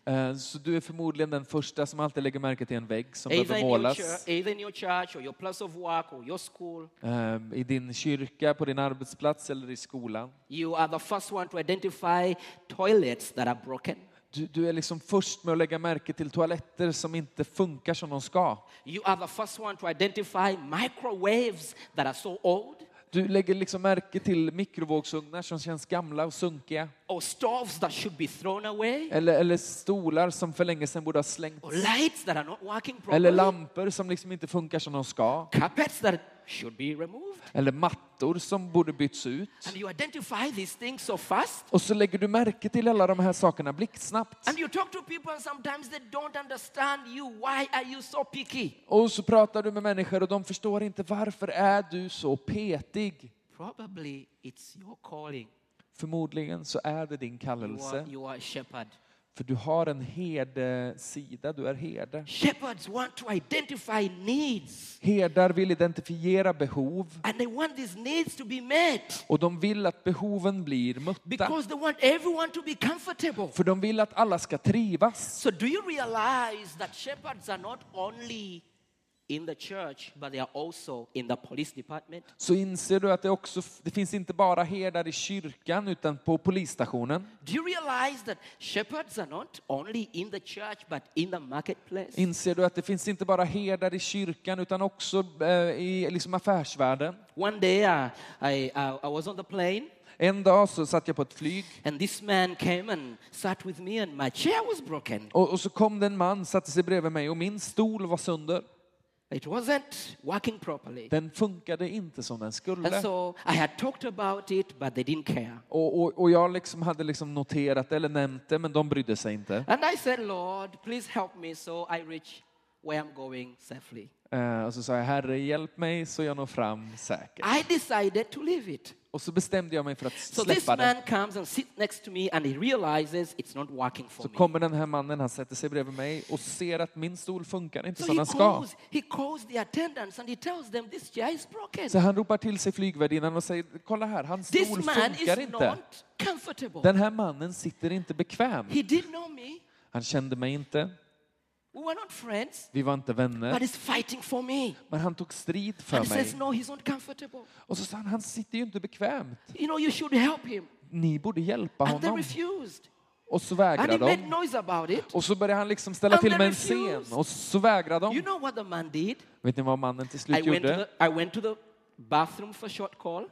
S1: Så du är förmodligen den första som alltid lägger märke till en vägg som
S2: either
S1: behöver
S2: in, your
S1: målas.
S2: church, either in your church or your place of work or your school,
S1: I din kyrka, på din arbetsplats eller i skolan.
S2: you are the first one to identify toilets that are broken.
S1: Du är liksom först med att lägga märke till toaletter som inte funkar som de ska.
S2: You are the first one to identify microwaves that are so old.
S1: Du lägger liksom märke till mikrovågsugnar som känns gamla och sunkiga.
S2: Or stoves that should be thrown away.
S1: Eller stolar som för länge sedan borde ha slängts.
S2: Or lights that are not working
S1: Eller
S2: properly.
S1: lampor som liksom inte funkar som de ska.
S2: Carpets that should be removed.
S1: Eller mattor som borde byts ut.
S2: And you identify these things so fast.
S1: Och så lägger du märke till alla de här sakerna blixtsnabbt.
S2: And you talk to people and sometimes they don't understand you. Why are you so picky?
S1: Och så pratar du med människor och de förstår inte varför är du så petig.
S2: Probably it's your calling.
S1: Förmodligen så är det din kallelse.
S2: You are a shepherd.
S1: För du har en herdesida, du är herde.
S2: Shepherds want to identify needs.
S1: Herdar vill identifiera behov.
S2: And they want these needs to be met.
S1: Och de vill att behoven blir mötta.
S2: Because they want everyone to be comfortable.
S1: För de vill att alla ska trivas.
S2: So do you realize that shepherds are not only in the church, but they are also in the police department?
S1: Så inser du att det finns inte bara herdar i kyrkan utan på polisstationen.
S2: Do you realize that shepherds are not only in the church, but in the marketplace?
S1: Inser du att det finns inte bara herdar i kyrkan utan också i liksom affärsvärlden.
S2: One day I was on the plane.
S1: En dag så satt jag på ett flyg.
S2: And this man came and sat with me and my chair was broken.
S1: Och så kom det en man, satte sig bredvid mig och min stol var sönder.
S2: It wasn't working properly.
S1: Den funkade inte som den skulle.
S2: And so I had talked about it, but they didn't care.
S1: Och jag hade noterat eller nämnt det, men de brydde sig inte.
S2: And I said, Lord, please help me so I reach where I'm going safely.
S1: Och så sa jag, Herre, hjälp mig så jag når fram säkert.
S2: I decided to leave it.
S1: Och så bestämde jag mig för att
S2: So this
S1: släppa
S2: man
S1: det.
S2: comes and sits next to me and he realizes it's not working for
S1: Så
S2: me.
S1: kommer den här mannen, han sätter sig bredvid mig och ser att min stol funkar inte
S2: So
S1: som den ska.
S2: he calls the attendants and he tells them this chair is broken.
S1: Så han ropar till sig flygvärdinnan och säger, kolla här, hans
S2: This
S1: stol
S2: man
S1: funkar
S2: is
S1: inte.
S2: not comfortable.
S1: Den här mannen sitter inte bekväm.
S2: He didn't know me.
S1: Han kände mig inte.
S2: We were not friends,
S1: Vi var inte
S2: but
S1: vänner.
S2: he's fighting for me.
S1: Men han tog strid
S2: And
S1: för
S2: he says,
S1: mig.
S2: no, he's not comfortable.
S1: Och så sa han sitter ju inte bekvämt.
S2: You know, you should help him.
S1: Ni borde hjälpa
S2: And they
S1: honom.
S2: refused.
S1: Och så
S2: And he
S1: vägrade
S2: made
S1: de.
S2: noise about it.
S1: Och så började han liksom ställa
S2: And
S1: till
S2: they
S1: med en
S2: refused.
S1: scen. Och så vägrade
S2: You
S1: de.
S2: know what the man did?
S1: Vet ni vad mannen till slut gjorde?
S2: I went to the bathroom for a short call.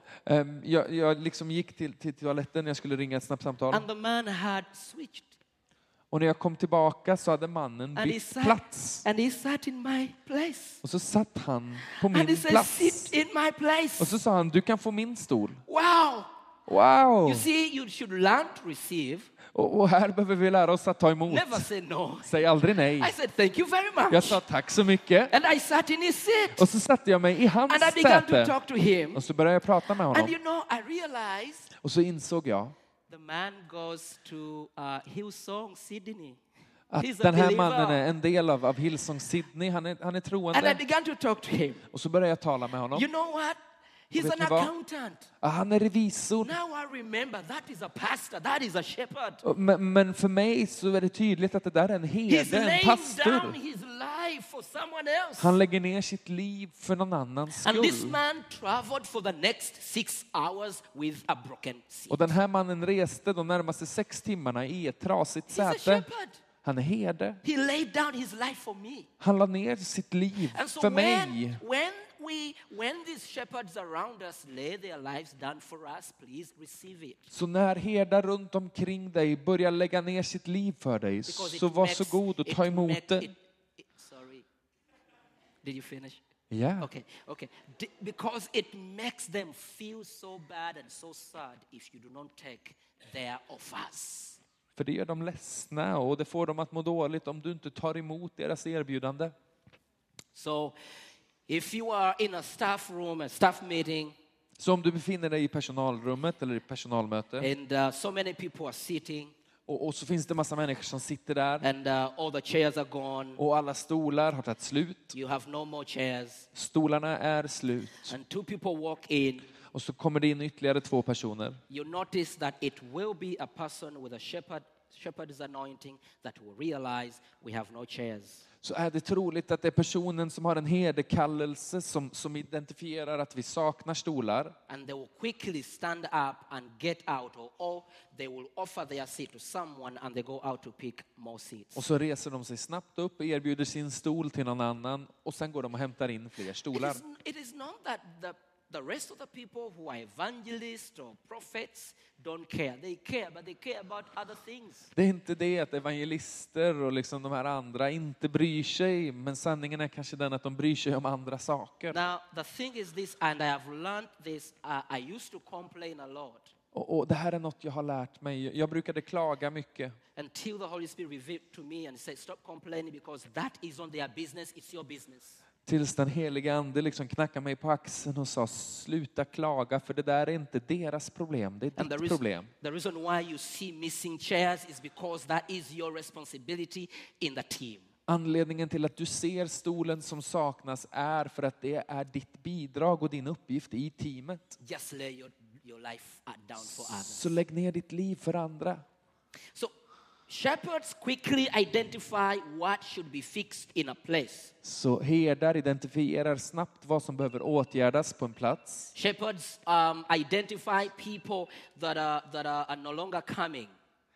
S1: Jag liksom gick till toaletten när jag skulle ringa ett snabbt samtal.
S2: And the man had switched.
S1: Och när jag kom tillbaka så hade mannen
S2: And
S1: bytt plats.
S2: and he sat in my place.
S1: Och så satt han på
S2: And he
S1: min
S2: said,
S1: plats.
S2: sit in my place.
S1: Och så sa han, du kan få min stol.
S2: Wow.
S1: Wow!
S2: You see, you should learn to receive.
S1: Och här behöver vi lära oss att ta emot.
S2: Never say no.
S1: Säg aldrig nej.
S2: I said, thank you very
S1: Jag
S2: much.
S1: sa tack så mycket.
S2: And I sat in his seat.
S1: Och så satte jag mig i hans
S2: And I began to
S1: säte.
S2: talk to him.
S1: Och så började jag prata med
S2: And
S1: honom.
S2: you know, I realized
S1: Och så insåg jag
S2: the man goes to Hillsong, Sydney.
S1: att
S2: He's a
S1: den här
S2: believer.
S1: mannen är en del av Hillsong Sydney. Han är
S2: And I
S1: troende.
S2: began to talk to him.
S1: Och så började jag tala med honom.
S2: You know what? He's
S1: Vet
S2: an
S1: ni vad?
S2: accountant.
S1: Han är revisor.
S2: Now I remember that is a pastor, that is a shepherd.
S1: Men för mig så är det tydligt att det där är en
S2: He's
S1: herde, en
S2: laying
S1: pastor.
S2: down his life for someone else.
S1: Han lägger ner sitt liv för någon annans
S2: And this
S1: skull.
S2: man traveled for the next 6 hours with a broken seat.
S1: Och den här mannen reste de närmaste 6 timmarna i ett trasigt
S2: He's a
S1: säte.
S2: shepherd.
S1: Han är herde.
S2: He laid down his life for me.
S1: Han la ner sitt liv
S2: And so
S1: för mig.
S2: when these shepherds around us lay their lives down for us, please receive it.
S1: Så när herdar runt omkring dig börjar lägga ner sitt liv för dig,
S2: Because
S1: så
S2: it
S1: var
S2: makes-
S1: så god och ta
S2: it
S1: emot
S2: make-
S1: det.
S2: Sorry. Did you finish?
S1: Ja.
S2: Okay. Because it makes them feel so bad and so sad if you do not take care of us.
S1: För det gör dem ledsna och det får dem att må dåligt om du inte tar emot deras erbjudande.
S2: So if you are in a staff room, a staff meeting,
S1: Så om du befinner dig i personalrummet eller i personalmöte
S2: and so many people are sitting,
S1: och så finns det massa människor som sitter där
S2: and all the chairs are gone,
S1: och alla stolar har tagit slut.
S2: you have no more chairs,
S1: Stolarna är slut.
S2: and 2 people walk in,
S1: Och så kommer det in ytterligare 2 personer.
S2: you notice that it will be a person with a shepherd's anointing that will realize we have no chairs.
S1: Så är det troligt att det är personen som har en herdekallelse som identifierar att vi saknar stolar.
S2: And they will quickly stand up and get out, or they will offer their seat to someone and they go out to pick more seats.
S1: Och så reser de sig snabbt upp och erbjuder sin stol till någon annan. Och sen går de och hämtar in fler stolar.
S2: It is not that the rest of the people who are evangelists or prophets don't care. They care, but they care about other things.
S1: Det är inte det att evangelister och liksom de här andra inte bryr sig, men sanningen är kanske den att de bryr sig om andra saker.
S2: Now, the thing is this, and I have learned this, I used to complain a lot.
S1: Och det här är något jag har lärt mig. Jag brukade klaga mycket.
S2: Until the Holy Spirit revealed to me and said, stop complaining because that is on their business, it's your business.
S1: Tills den heliga ande liksom knackade mig på axeln och sa, sluta klaga, för det där är inte deras problem, det är ditt problem.
S2: The reason why you see missing chairs is because that is your responsibility in the team.
S1: Anledningen till att du ser stolen som saknas är för att det är ditt bidrag och din uppgift i teamet.
S2: Just lay your life down for others.
S1: Så lägg ner ditt liv för andra.
S2: So shepherds quickly identify what should be fixed in a place.
S1: Så herdar identifierar snabbt vad som behöver åtgärdas på en plats.
S2: Shepherds identify people that are no longer coming.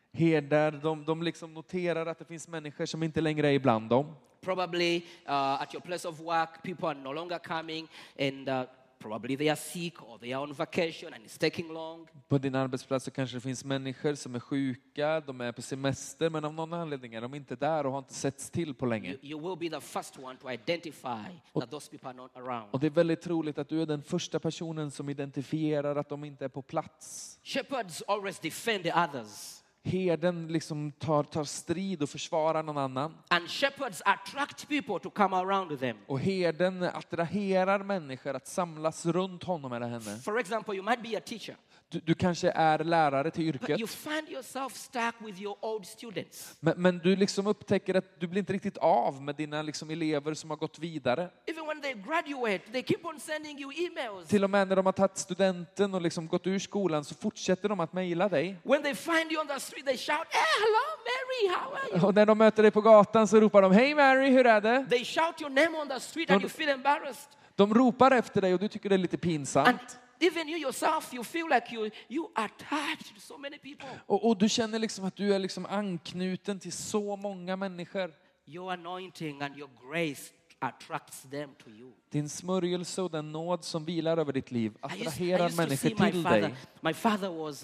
S1: Herdar, de liksom noterar att det finns människor som inte längre är ibland dem.
S2: Probably at your place of work, people are no longer coming, and probably they are sick or they are on vacation and it's taking long.
S1: På din arbetsplats så kanske det finns människor som är sjuka, de är på semester, men av någon anledning är de inte där och har inte setts till på länge.
S2: You will be the first one to identify that those people are not around.
S1: Och det är väldigt troligt att du är den första personen som identifierar att de inte är på plats.
S2: Shepherds always defend the others.
S1: Herden liksom tar strid och försvarar någon annan.
S2: And shepherds attract people to come around them.
S1: Och herden attraherar människor att samlas runt honom eller henne.
S2: For example, you might be a teacher.
S1: Du kanske är lärare till
S2: But
S1: yrket.
S2: you find yourself stuck with your old students.
S1: Men du liksom upptäcker att du blir inte riktigt av med dina liksom elever som har gått vidare.
S2: Even when they graduate, they keep on sending you emails.
S1: Till och med när de har tagit studenten och liksom gått ur skolan så fortsätter de att mejla dig.
S2: When they find you on the street, they shout, "Hey, hello, Mary, how are you?"
S1: Och när de möter dig på gatan så ropar de, hej Mary, hur är det?
S2: They shout your name on the street and you feel embarrassed.
S1: De ropar efter dig och du tycker det är lite
S2: And
S1: pinsamt.
S2: even you yourself, you feel like you are attached to so many people.
S1: Och du känner liksom att du är liksom anknuten till så många människor.
S2: Your anointing and your grace attracts them to you.
S1: Din smörjelse och den nåd som vilar över ditt liv
S2: I
S1: attraherar
S2: used to
S1: människor
S2: see my
S1: till
S2: father.
S1: dig.
S2: My father was,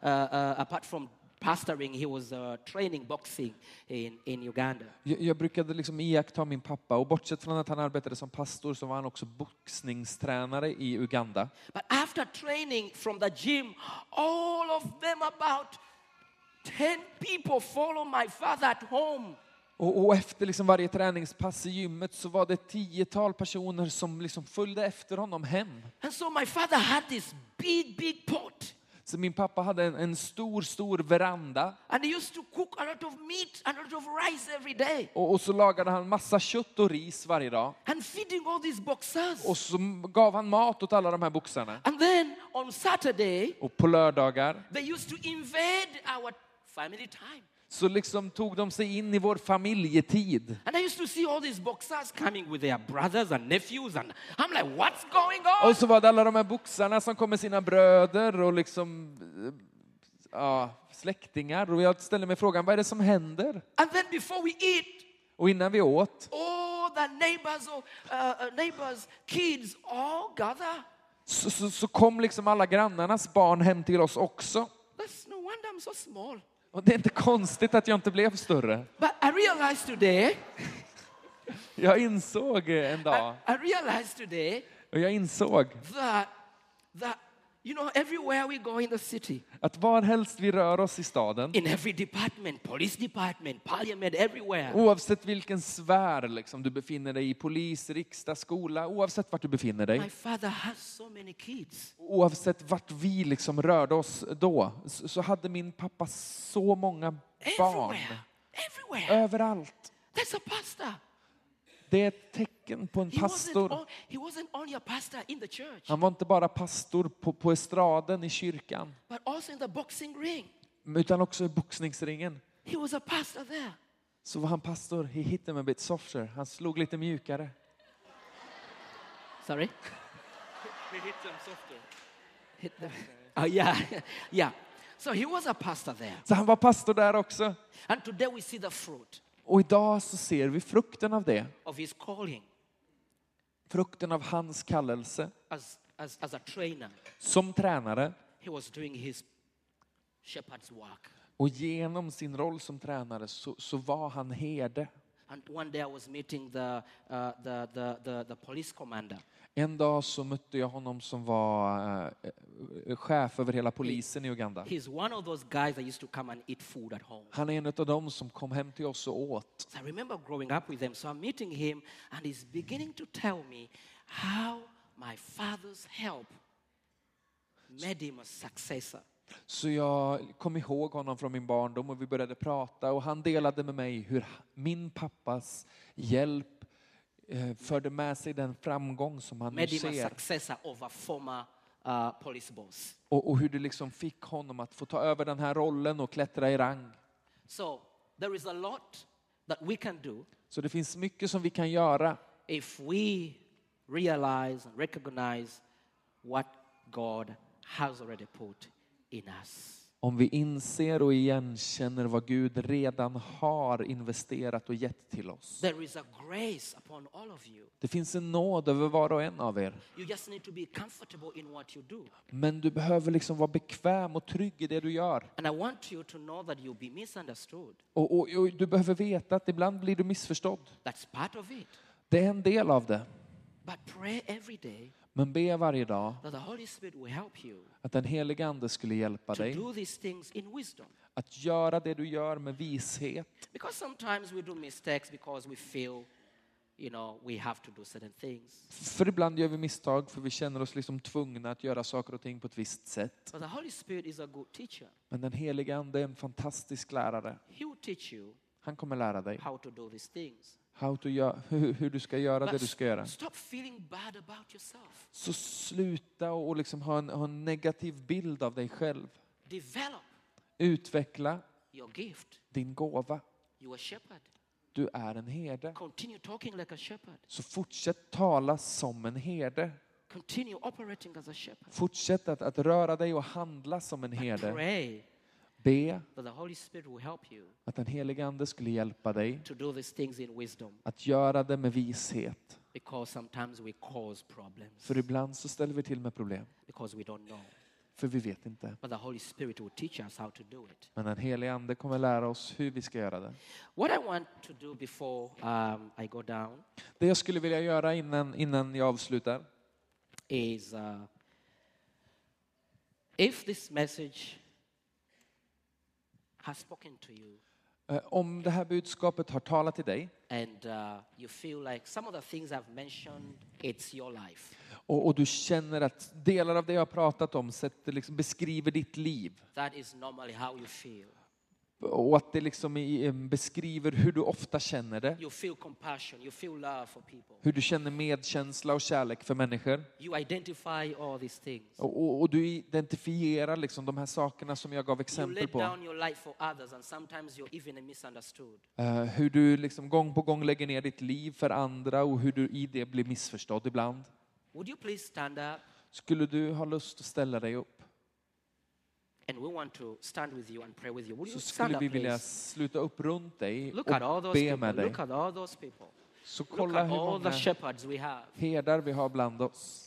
S2: apart from pastoring, he was training boxing in Uganda.
S1: Jag brukade liksom iaktta min pappa, och bortsett från att han arbetade som pastor så var han också boxningstränare i Uganda.
S2: But after training from the gym, all of them, about 10 people follow my father at home.
S1: Och efter liksom varje träningspass i gymmet så var det 10-tal personer som liksom följde efter honom hem.
S2: And so my father had this big pot.
S1: Så min pappa hade en stor veranda.
S2: And he used to cook a lot of meat and a lot of rice every day.
S1: Och så lagade han massa kött och ris varje dag.
S2: And feeding all these boxers.
S1: Och så gav han mat åt alla de här boxarna.
S2: And then on Saturday,
S1: Och på lördagar
S2: they used to invade our family time.
S1: så liksom tog de sig in i vår familjetid.
S2: And I used to see all these boxers coming with their brothers and nephews, and I'm like, what's going on?
S1: Och så var det alla de här boxarna som kom med sina bröder och liksom släktingar. Och jag ställer mig frågan, vad är det som händer?
S2: And then before we eat,
S1: Och innan vi åt
S2: all the neighbors, kids, all gather.
S1: så kom liksom alla grannarnas barn hem till oss också.
S2: That's no wonder I'm so small.
S1: Och det är inte konstigt att jag inte blev större.
S2: But I realized today,
S1: Jag insåg en dag,
S2: I realized today
S1: och jag insåg
S2: that you know, everywhere we go in the city,
S1: att var helst vi rör oss i staden,
S2: in every department, police department, parliament, everywhere,
S1: oavsett vilken sfär liksom du befinner dig i, polis, riksdag, skola, oavsett vart du befinner
S2: my
S1: dig,
S2: father has so many kids.
S1: oavsett vart vi liksom rörde oss då, så hade min pappa så många barn.
S2: Everywhere.
S1: Överallt.
S2: That's a pastor.
S1: Det är ett tecken på en
S2: He
S1: pastor.
S2: wasn't only a pastor in the church,
S1: Han var inte bara pastor på estraden i kyrkan,
S2: but also in the boxing ring.
S1: utan också i boxningsringen.
S2: He was a pastor there.
S1: Så var han pastor. He hit them a bit softer. Han slog lite mjukare.
S2: Sorry?
S1: He hit them softer.
S2: Hit them. Oh, yeah. Yeah. So he was a pastor there.
S1: Så han var pastor där också.
S2: And today we see the fruit
S1: Och idag så ser vi frukten av det.
S2: of his calling.
S1: Frukten av hans kallelse.
S2: As as a trainer,
S1: Som tränare
S2: he was doing his shepherd's work.
S1: och genom sin roll som tränare så var han herde.
S2: And one day I was meeting the police commander.
S1: En dag så mötte jag honom som var chef över hela polisen i Uganda.
S2: He's one of those guys that used to come and eat food at home.
S1: Han är en av dem som kom hem till oss och åt.
S2: So I remember growing up with him. So I'm meeting him and he's beginning to tell me how my father's help made him a successor.
S1: Så jag kom ihåg honom från min barndom och vi började prata och han delade med mig hur min pappas hjälp förde med sig den framgång som han nu
S2: Made him a
S1: ser.
S2: successor of a former police boss.
S1: Och hur det liksom fick honom att få ta över den här rollen och klättra i rang.
S2: So there is a lot that we can do
S1: Så det finns mycket som vi kan göra
S2: if we realize and recognize what God has already put in us.
S1: om vi inser och igenkänner vad Gud redan har investerat och gett till oss.
S2: There is a grace upon all of you.
S1: Det finns en nåd över var och en av er.
S2: You just need to be comfortable in what you do.
S1: Men du behöver liksom vara bekväm och trygg i det du gör.
S2: And I want you to know that you'll be misunderstood.
S1: Och du behöver veta att ibland blir du missförstådd.
S2: That's part of it.
S1: Det är en del av det.
S2: But pray every day
S1: Men be varje dag
S2: that the Holy Spirit will help you
S1: att den helige Ande skulle hjälpa
S2: to
S1: dig
S2: do these things in wisdom.
S1: att göra det du gör med vishet.
S2: Because sometimes we do mistakes because we feel, we have to do certain things.
S1: För ibland gör vi misstag för vi känner oss liksom tvungna att göra saker och ting på ett visst sätt.
S2: But the Holy Spirit is a good teacher.
S1: Men den helige Ande är en fantastisk lärare.
S2: He will teach you
S1: Han kommer lära dig
S2: how to do these things.
S1: hur du ska göra det du ska göra.
S2: Stop feeling bad about yourself.
S1: Så sluta och liksom ha en negativ bild av dig själv.
S2: Develop
S1: Utveckla
S2: your gift.
S1: din gåva.
S2: You are a shepherd.
S1: Du är en herde.
S2: Continue talking like a shepherd.
S1: Så fortsätt tala som en herde.
S2: Continue operating as a shepherd.
S1: Fortsätt att röra dig och handla som en herde.
S2: Pray
S1: Be
S2: that the Holy Spirit will help you
S1: att den helige Ande skulle hjälpa dig
S2: to do these things in wisdom.
S1: att göra det med vishet.
S2: Because sometimes we cause problems.
S1: För ibland så ställer vi till med problem.
S2: Because we don't know.
S1: För vi vet inte.
S2: But the Holy Spirit will teach us how to do it.
S1: Men den helige Ande kommer lära oss hur vi ska göra det.
S2: What I want to do before I go down
S1: Det jag skulle vilja göra innan jag avslutar
S2: is if this message has spoken to you
S1: om det här budskapet har talat till dig
S2: and you feel like some of the things I've mentioned, it's your life.
S1: och du känner att delar av det jag har pratat om beskriver ditt liv
S2: That is normally how you feel.
S1: och att det liksom beskriver hur du ofta känner det.
S2: You feel compassion, you feel love for people.
S1: Hur du känner medkänsla och kärlek för människor.
S2: You identify all these things.
S1: Och du identifierar liksom de här sakerna som jag gav
S2: You
S1: exempel
S2: lay
S1: på.
S2: down your life for others and sometimes you're even misunderstood.
S1: Hur du liksom gång på gång lägger ner ditt liv för andra och hur du i det blir missförstådd ibland.
S2: Would you please stand up?
S1: Skulle du ha lust att ställa dig upp
S2: And we want to stand with you and pray with you. Would you
S1: så
S2: stand
S1: skulle
S2: up,
S1: vi vilja
S2: please?
S1: sluta upp runt dig
S2: Look at all
S1: och
S2: those
S1: be
S2: people.
S1: med dig.
S2: Look at all those people.
S1: Så
S2: Look
S1: kolla
S2: at
S1: hur
S2: all the
S1: många
S2: shepherds we have.
S1: herdar vi har bland oss.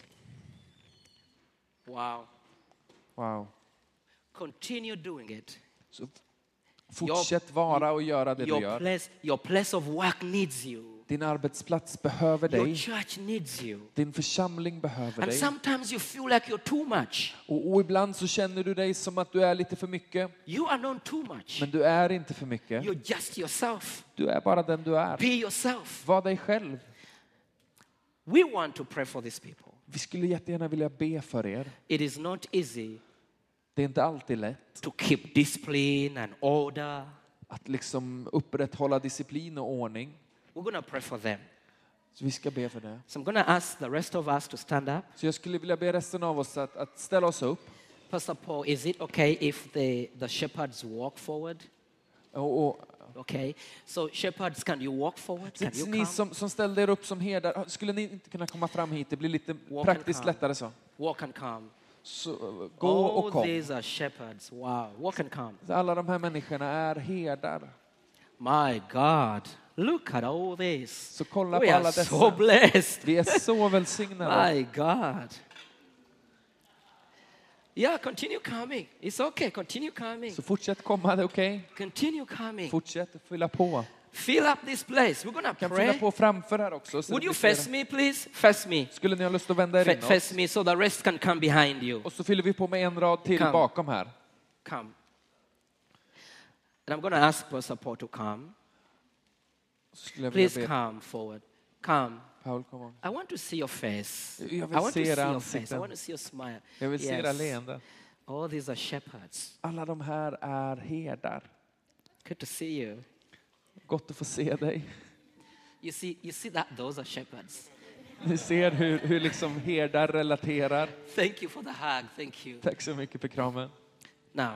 S2: Wow.
S1: Wow.
S2: Continue doing it.
S1: Så fortsätt vara och göra det du gör.
S2: Your place of work needs you.
S1: Din arbetsplats behöver
S2: Your
S1: dig.
S2: church needs you.
S1: Din församling behöver
S2: And
S1: dig.
S2: sometimes you feel like you're too much.
S1: Och ibland så känner du dig som att du är lite för mycket.
S2: You are not too much.
S1: Men du är inte för mycket.
S2: You're just yourself.
S1: Du är bara den du är.
S2: Be yourself.
S1: Var dig själv.
S2: We want to pray for these people.
S1: Vi skulle jättegärna vilja be för er.
S2: It is not easy
S1: Det är inte alltid lätt
S2: to keep discipline and order.
S1: att liksom upprätthålla disciplin och ordning.
S2: We're going to pray for them.
S1: Så vi ska be för det.
S2: So I'm going to ask the rest of us to stand up.
S1: Så jag skulle vilja be resten av oss att ställa oss upp.
S2: Pastor Paul, is it okay if the shepherds walk forward?
S1: Och
S2: Okay. So shepherds, can you walk forward? Can you
S1: ni
S2: come?
S1: som ställde er upp som herdar, skulle ni inte kunna komma fram hit? Det blir lite
S2: Walk
S1: praktiskt
S2: and come.
S1: lättare så.
S2: Walk and come.
S1: Så gå och
S2: All
S1: kom.
S2: these are shepherds. Wow. Walk and come.
S1: Alla de här människorna är herdar.
S2: My God. Look at all this.
S1: Så kolla
S2: We
S1: på
S2: are
S1: alla
S2: so
S1: dessa.
S2: blessed.
S1: Vi är så välsignade.
S2: My God. Yeah, continue coming. It's okay. Continue coming.
S1: Så fortsätt komma, det är okej.
S2: Continue coming.
S1: Fortsätt fylla på.
S2: Fill up this place. We're going to
S1: Kan fylla
S2: pray.
S1: på framför här också. så
S2: Would
S1: det
S2: you
S1: blir
S2: face
S1: flera.
S2: me, please? Face me.
S1: Skulle ni ha lust att vända er inåt?
S2: Face me so the rest can come behind you.
S1: Och så fyller vi på med en rad till
S2: Come.
S1: bakom här.
S2: Come. And I'm going to ask Pastor Paul to come.
S1: Så skulle jag vilja
S2: Please
S1: be
S2: come forward. Come.
S1: Paul, kom on.
S2: I want to see your face.
S1: Jag
S2: I
S1: vill
S2: want to
S1: se
S2: see
S1: era
S2: your face. I
S1: ansikten.
S2: want to see your smile.
S1: Jag vill se era leenden.
S2: All these are shepherds.
S1: Alla de här är herdar.
S2: Good to see you.
S1: Gott att få se dig.
S2: You see that those are shepherds.
S1: Ni ser hur liksom herdar relaterar.
S2: Thank you for the hug. Thank you.
S1: Tack så mycket för kramen.
S2: Now,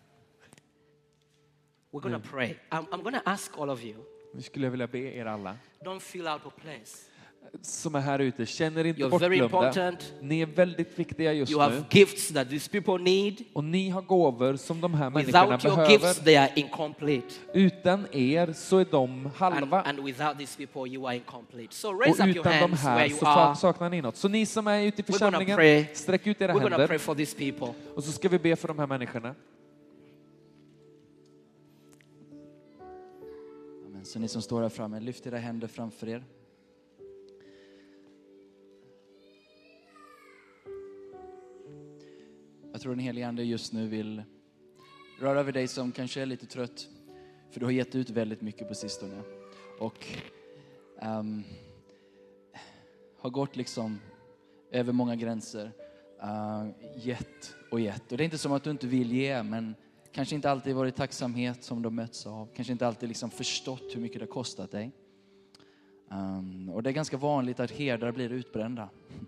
S2: we're going to pray. I'm going to ask all of you,
S1: Nu skulle jag vilja be er alla
S2: don't feel out of place.
S1: som är här ute, känner inte
S2: You're very
S1: bortglömda.
S2: important.
S1: Ni är väldigt viktiga just
S2: You
S1: nu.
S2: have gifts that these people need.
S1: Och ni har gåvor som de här människorna
S2: Without your gifts,
S1: behöver.
S2: they are incomplete.
S1: Utan er så är de halva.
S2: And without these people, you are incomplete. So
S1: Och
S2: raise up your
S1: utan de
S2: hands where
S1: här
S2: you
S1: så
S2: are.
S1: saknar ni något. Så ni som är ute i
S2: We're gonna
S1: församlingen,
S2: pray.
S1: sträck ut era
S2: We're going to pray
S1: händer.
S2: for these people.
S1: Och så ska vi be för de här människorna.
S3: Amen. Så ni som står här framme, lyft era händer framför er. Jag tror den helige Ande just nu vill röra över dig som kanske är lite trött. För du har gett ut väldigt mycket på sistone. Och har gått liksom över många gränser. Gett. Och det är inte som att du inte vill ge, men kanske inte alltid varit tacksamhet som du möts av. Kanske inte alltid liksom förstått hur mycket det har kostat dig. Och det är ganska vanligt att herdar blir utbrända.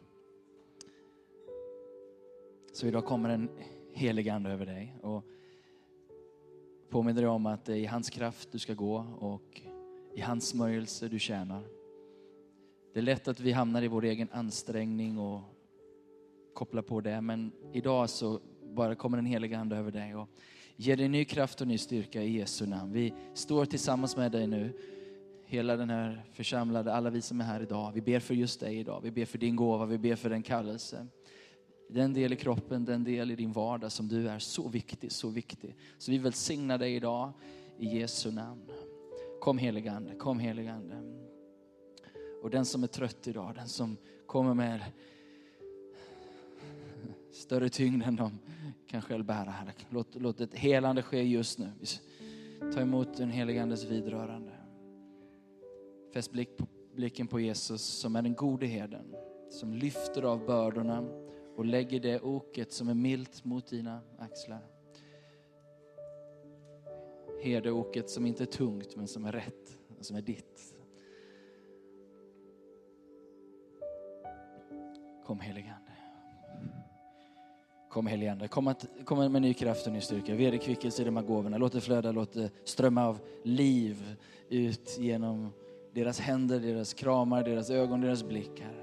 S3: Så idag kommer en helig ande över dig och påminner dig om att det är i hans kraft du ska gå och i hans smörjelse du tjänar. Det är lätt att vi hamnar i vår egen ansträngning och kopplar på det, men idag så bara kommer en helig ande över dig och ger dig ny kraft och ny styrka i Jesu namn. Vi står tillsammans med dig nu, hela den här församlade, alla vi som är här idag. Vi ber för just dig idag, vi ber för din gåva, vi ber för den kallelse. Den del i kroppen, den del i din vardag som du är så viktig, så viktig. Så vi välsignar dig idag i Jesu namn. Kom helig ande, kom helig ande. Och den som är trött idag, den som kommer med större tyngd än de kan själv bära här. Låt ett helande ske just nu. Ta emot den helige andes vidrörande. Fäst blicken på Jesus som är den gode herden. Som lyfter av bördorna och lägger det oket som är milt mot dina axlar. Herdeoket som inte är tungt men som är rätt och som är ditt. Kom helige ande. Kom helige ande. Kom med ny kraft och ny styrka. Vederkvickelse i de här gåvorna. Låt det flöda, låt det strömma av liv ut genom deras händer, deras kramar, deras ögon, deras blickar.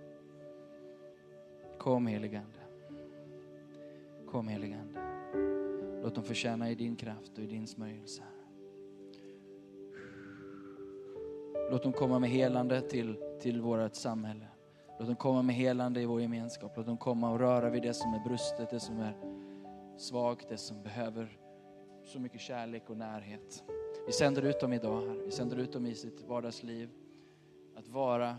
S3: Kom helige ande. Kom helige ande. Låt dem förtjäna i din kraft och i din smörjelse. Låt dem komma med helande till vårt samhälle. Låt dem komma med helande i vår gemenskap. Låt dem komma och röra vid det som är brustet, det som är svagt, det som behöver så mycket kärlek och närhet. Vi sänder ut dem idag här. Vi sänder ut dem i sitt vardagsliv. Att vara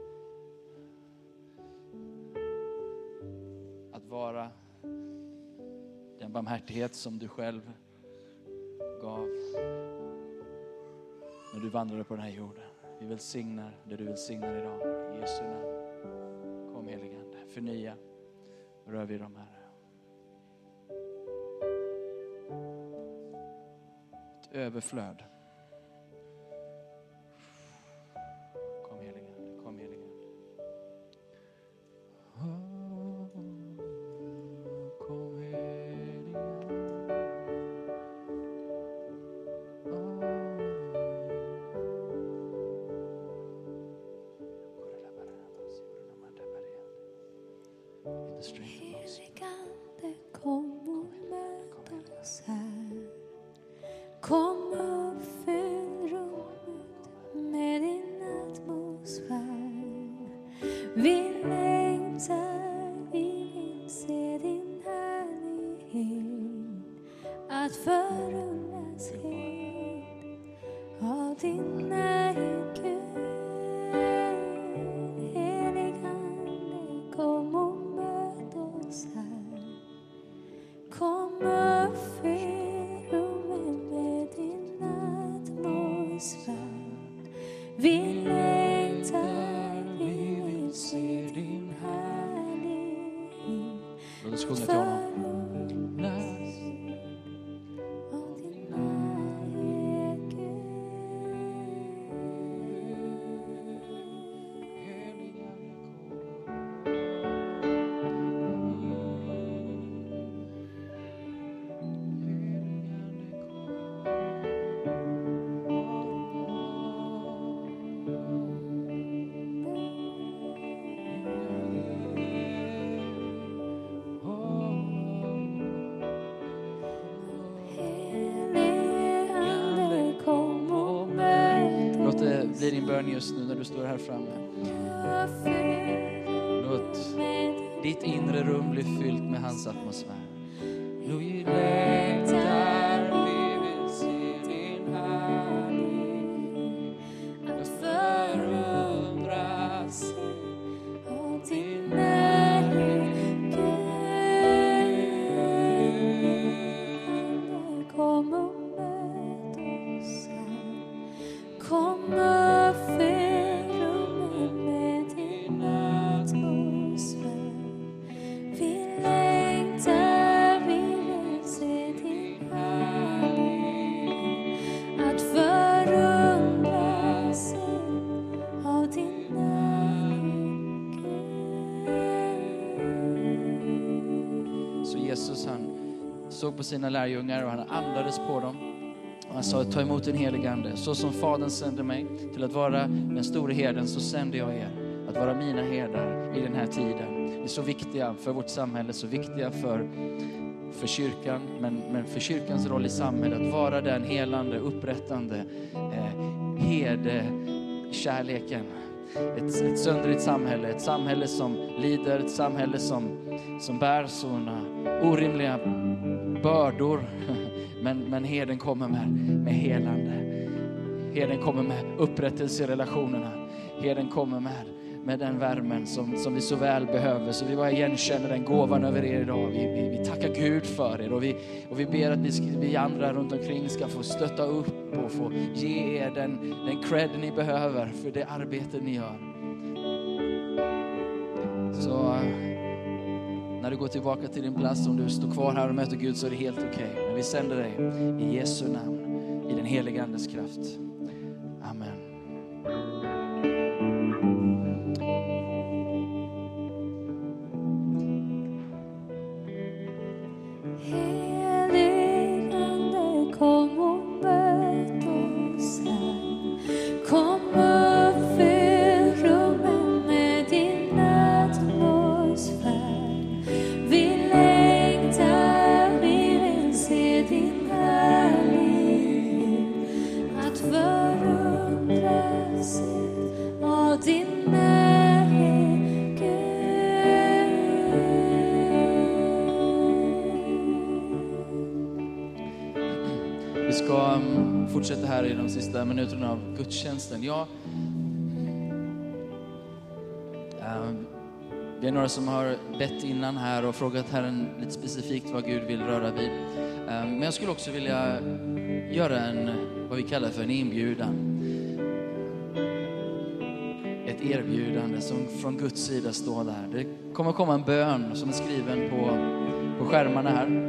S3: den barmhärtighet som du själv gav när du vandrade på den här jorden. Vi välsignar det du välsignar idag. I Jesu namn. Kom helige ande. Förnya. Rör vid de här. Ett överflöd. Kom helige ande. Kom helige ande. Kom helige ande. In the strength of us.
S4: Heligande, kom och möt oss här. Kom och fyll rummet med din atmosfär. Vi längtar, vi vill se din härlighet.
S3: oss sjunga till honom. Blir din bön just nu när du står här framme. Låt ditt inre rum bli fyllt med hans atmosfär. Nu vi längtar, vi vill se din härlighet. Att förundras av din närhet.
S4: Kom och möt oss här. Kom och fyll rummet med din atmosfär. Vi längtar, vi vill se din härlighet. Att förundras av din närhet.
S3: Så Jesus, han såg på sina lärjungar och han andades på dem. Och han sa, ta emot din helige ande. Så som Fadern sände mig till att vara den stora herden, så sände jag er att vara mina herdar i den här tiden. Ni är så viktiga för vårt samhälle, så viktiga för kyrkan, men för kyrkans roll i samhället. Att vara den helande, upprättande herde, kärleken. Ett söndrigt samhälle, ett samhälle som lider, ett samhälle som bär såna orimliga bördor. Men herden kommer med helande. Herden kommer med upprättelse i relationerna. Herden kommer med den värmen som vi så väl behöver. Så vi bara igenkänner den gåvan över er idag. Vi tackar Gud för er. Och vi ber att vi andra runt omkring ska få stötta upp och få ge er den cred ni behöver för det arbete ni gör. Så när du går tillbaka till din plats, om du står kvar här och möter Gud, så är det helt okej. Men vi sänder dig i Jesu namn, i den heliga andes kraft. Amen.
S4: Helig ande, kom och möt oss här. Kom och fyll rummet med din atmosfär. Vi längtar, vi vill se din härlighet. Att förundras av din närhet,
S3: Vi ska fortsätta här i de sista minuterna av gudstjänsten. Vi är några som har bett innan här och frågat Herren lite specifikt vad Gud vill röra vid. Men jag skulle också vilja göra vad vi kallar för en inbjudan. Ett erbjudande som från Guds sida står där. Det kommer komma en bön som är skriven på skärmarna här.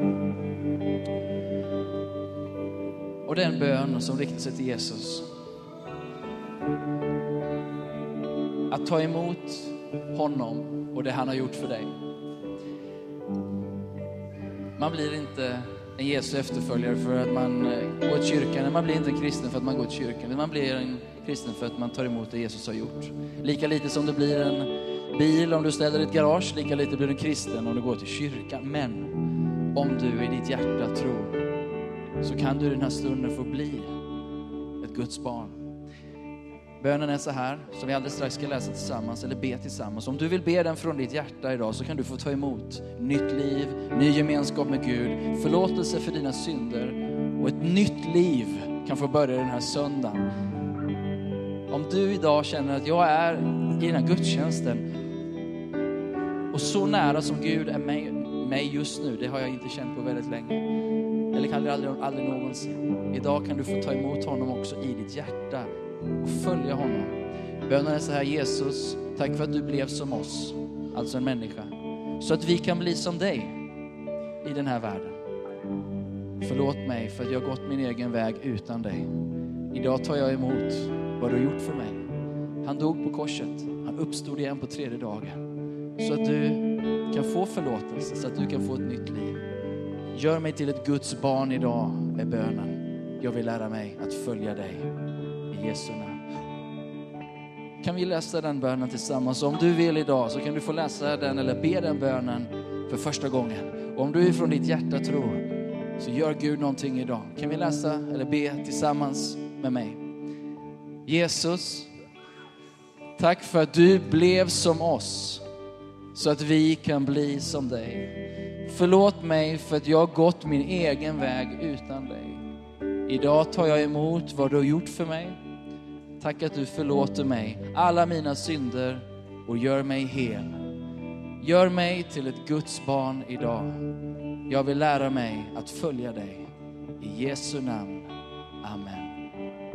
S3: Och det är en bön som riktar sig till Jesus. Att ta emot honom och det han har gjort för dig. Man blir inte en Jesu efterföljare för att man går till kyrkan. Man blir inte en kristen för att man går till kyrkan. Man blir en kristen för att man tar emot det Jesus har gjort. Lika lite som det blir en bil om du ställer ett garage, lika lite blir du en kristen om du går till kyrkan. Men om du i ditt hjärta tror, så kan du i den här stunden få bli ett Guds barn. Bönen är så här, som vi alldeles strax ska läsa tillsammans eller be tillsammans. Om du vill be den från ditt hjärta idag, så kan du få ta emot nytt liv, ny gemenskap med Gud, förlåtelse för dina synder och ett nytt liv kan få börja den här söndagen. Om du idag känner att jag är i den här gudstjänsten och så nära som Gud är mig just nu, det har jag inte känt på väldigt länge. Eller kan aldrig någonsin. Idag kan du få ta emot honom också i ditt hjärta och följa honom. Bönen är så här: Jesus, tack för att du blev som oss, alltså en människa, så att vi kan bli som dig. i den här världen. Förlåt mig för att jag har gått min egen väg utan dig. Idag tar jag emot vad du har gjort för mig. Han dog på korset. Han uppstod igen på 3:e dagen. Så att du kan få förlåtelse, så att du kan få ett nytt liv. Gör mig till ett Guds barn idag med bönen. Jag vill lära mig att följa dig. I Jesu namn. Kan vi läsa den bönen tillsammans? Om du vill idag så kan du få läsa den eller be den bönen för första gången. Och om du ifrån ditt hjärta tror, så gör Gud någonting idag. Kan vi läsa eller be tillsammans med mig? Jesus, tack för att du blev som oss, så att vi kan bli som dig. Förlåt mig för att jag har gått min egen väg utan dig. Idag tar jag emot vad du har gjort för mig. Tack att du förlåter mig alla mina synder och gör mig hel. Gör mig till ett Guds barn idag. Jag vill lära mig att följa dig. I Jesu namn. Amen.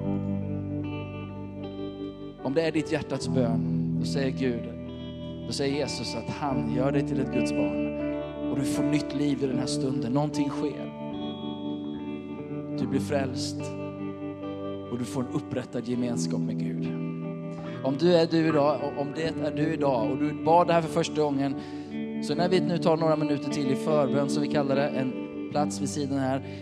S3: Om det är ditt hjärtats bön, då säger Gud, då säger Jesus att han gör dig till ett Guds barn. Och du får nytt liv i den här stunden. Någonting sker. Du blir frälst. Och du får en upprättad gemenskap med Gud. Om det är du idag och du bad det här för första gången, så när vi nu tar några minuter till i förbön, så vi kallar det, en plats vid sidan här,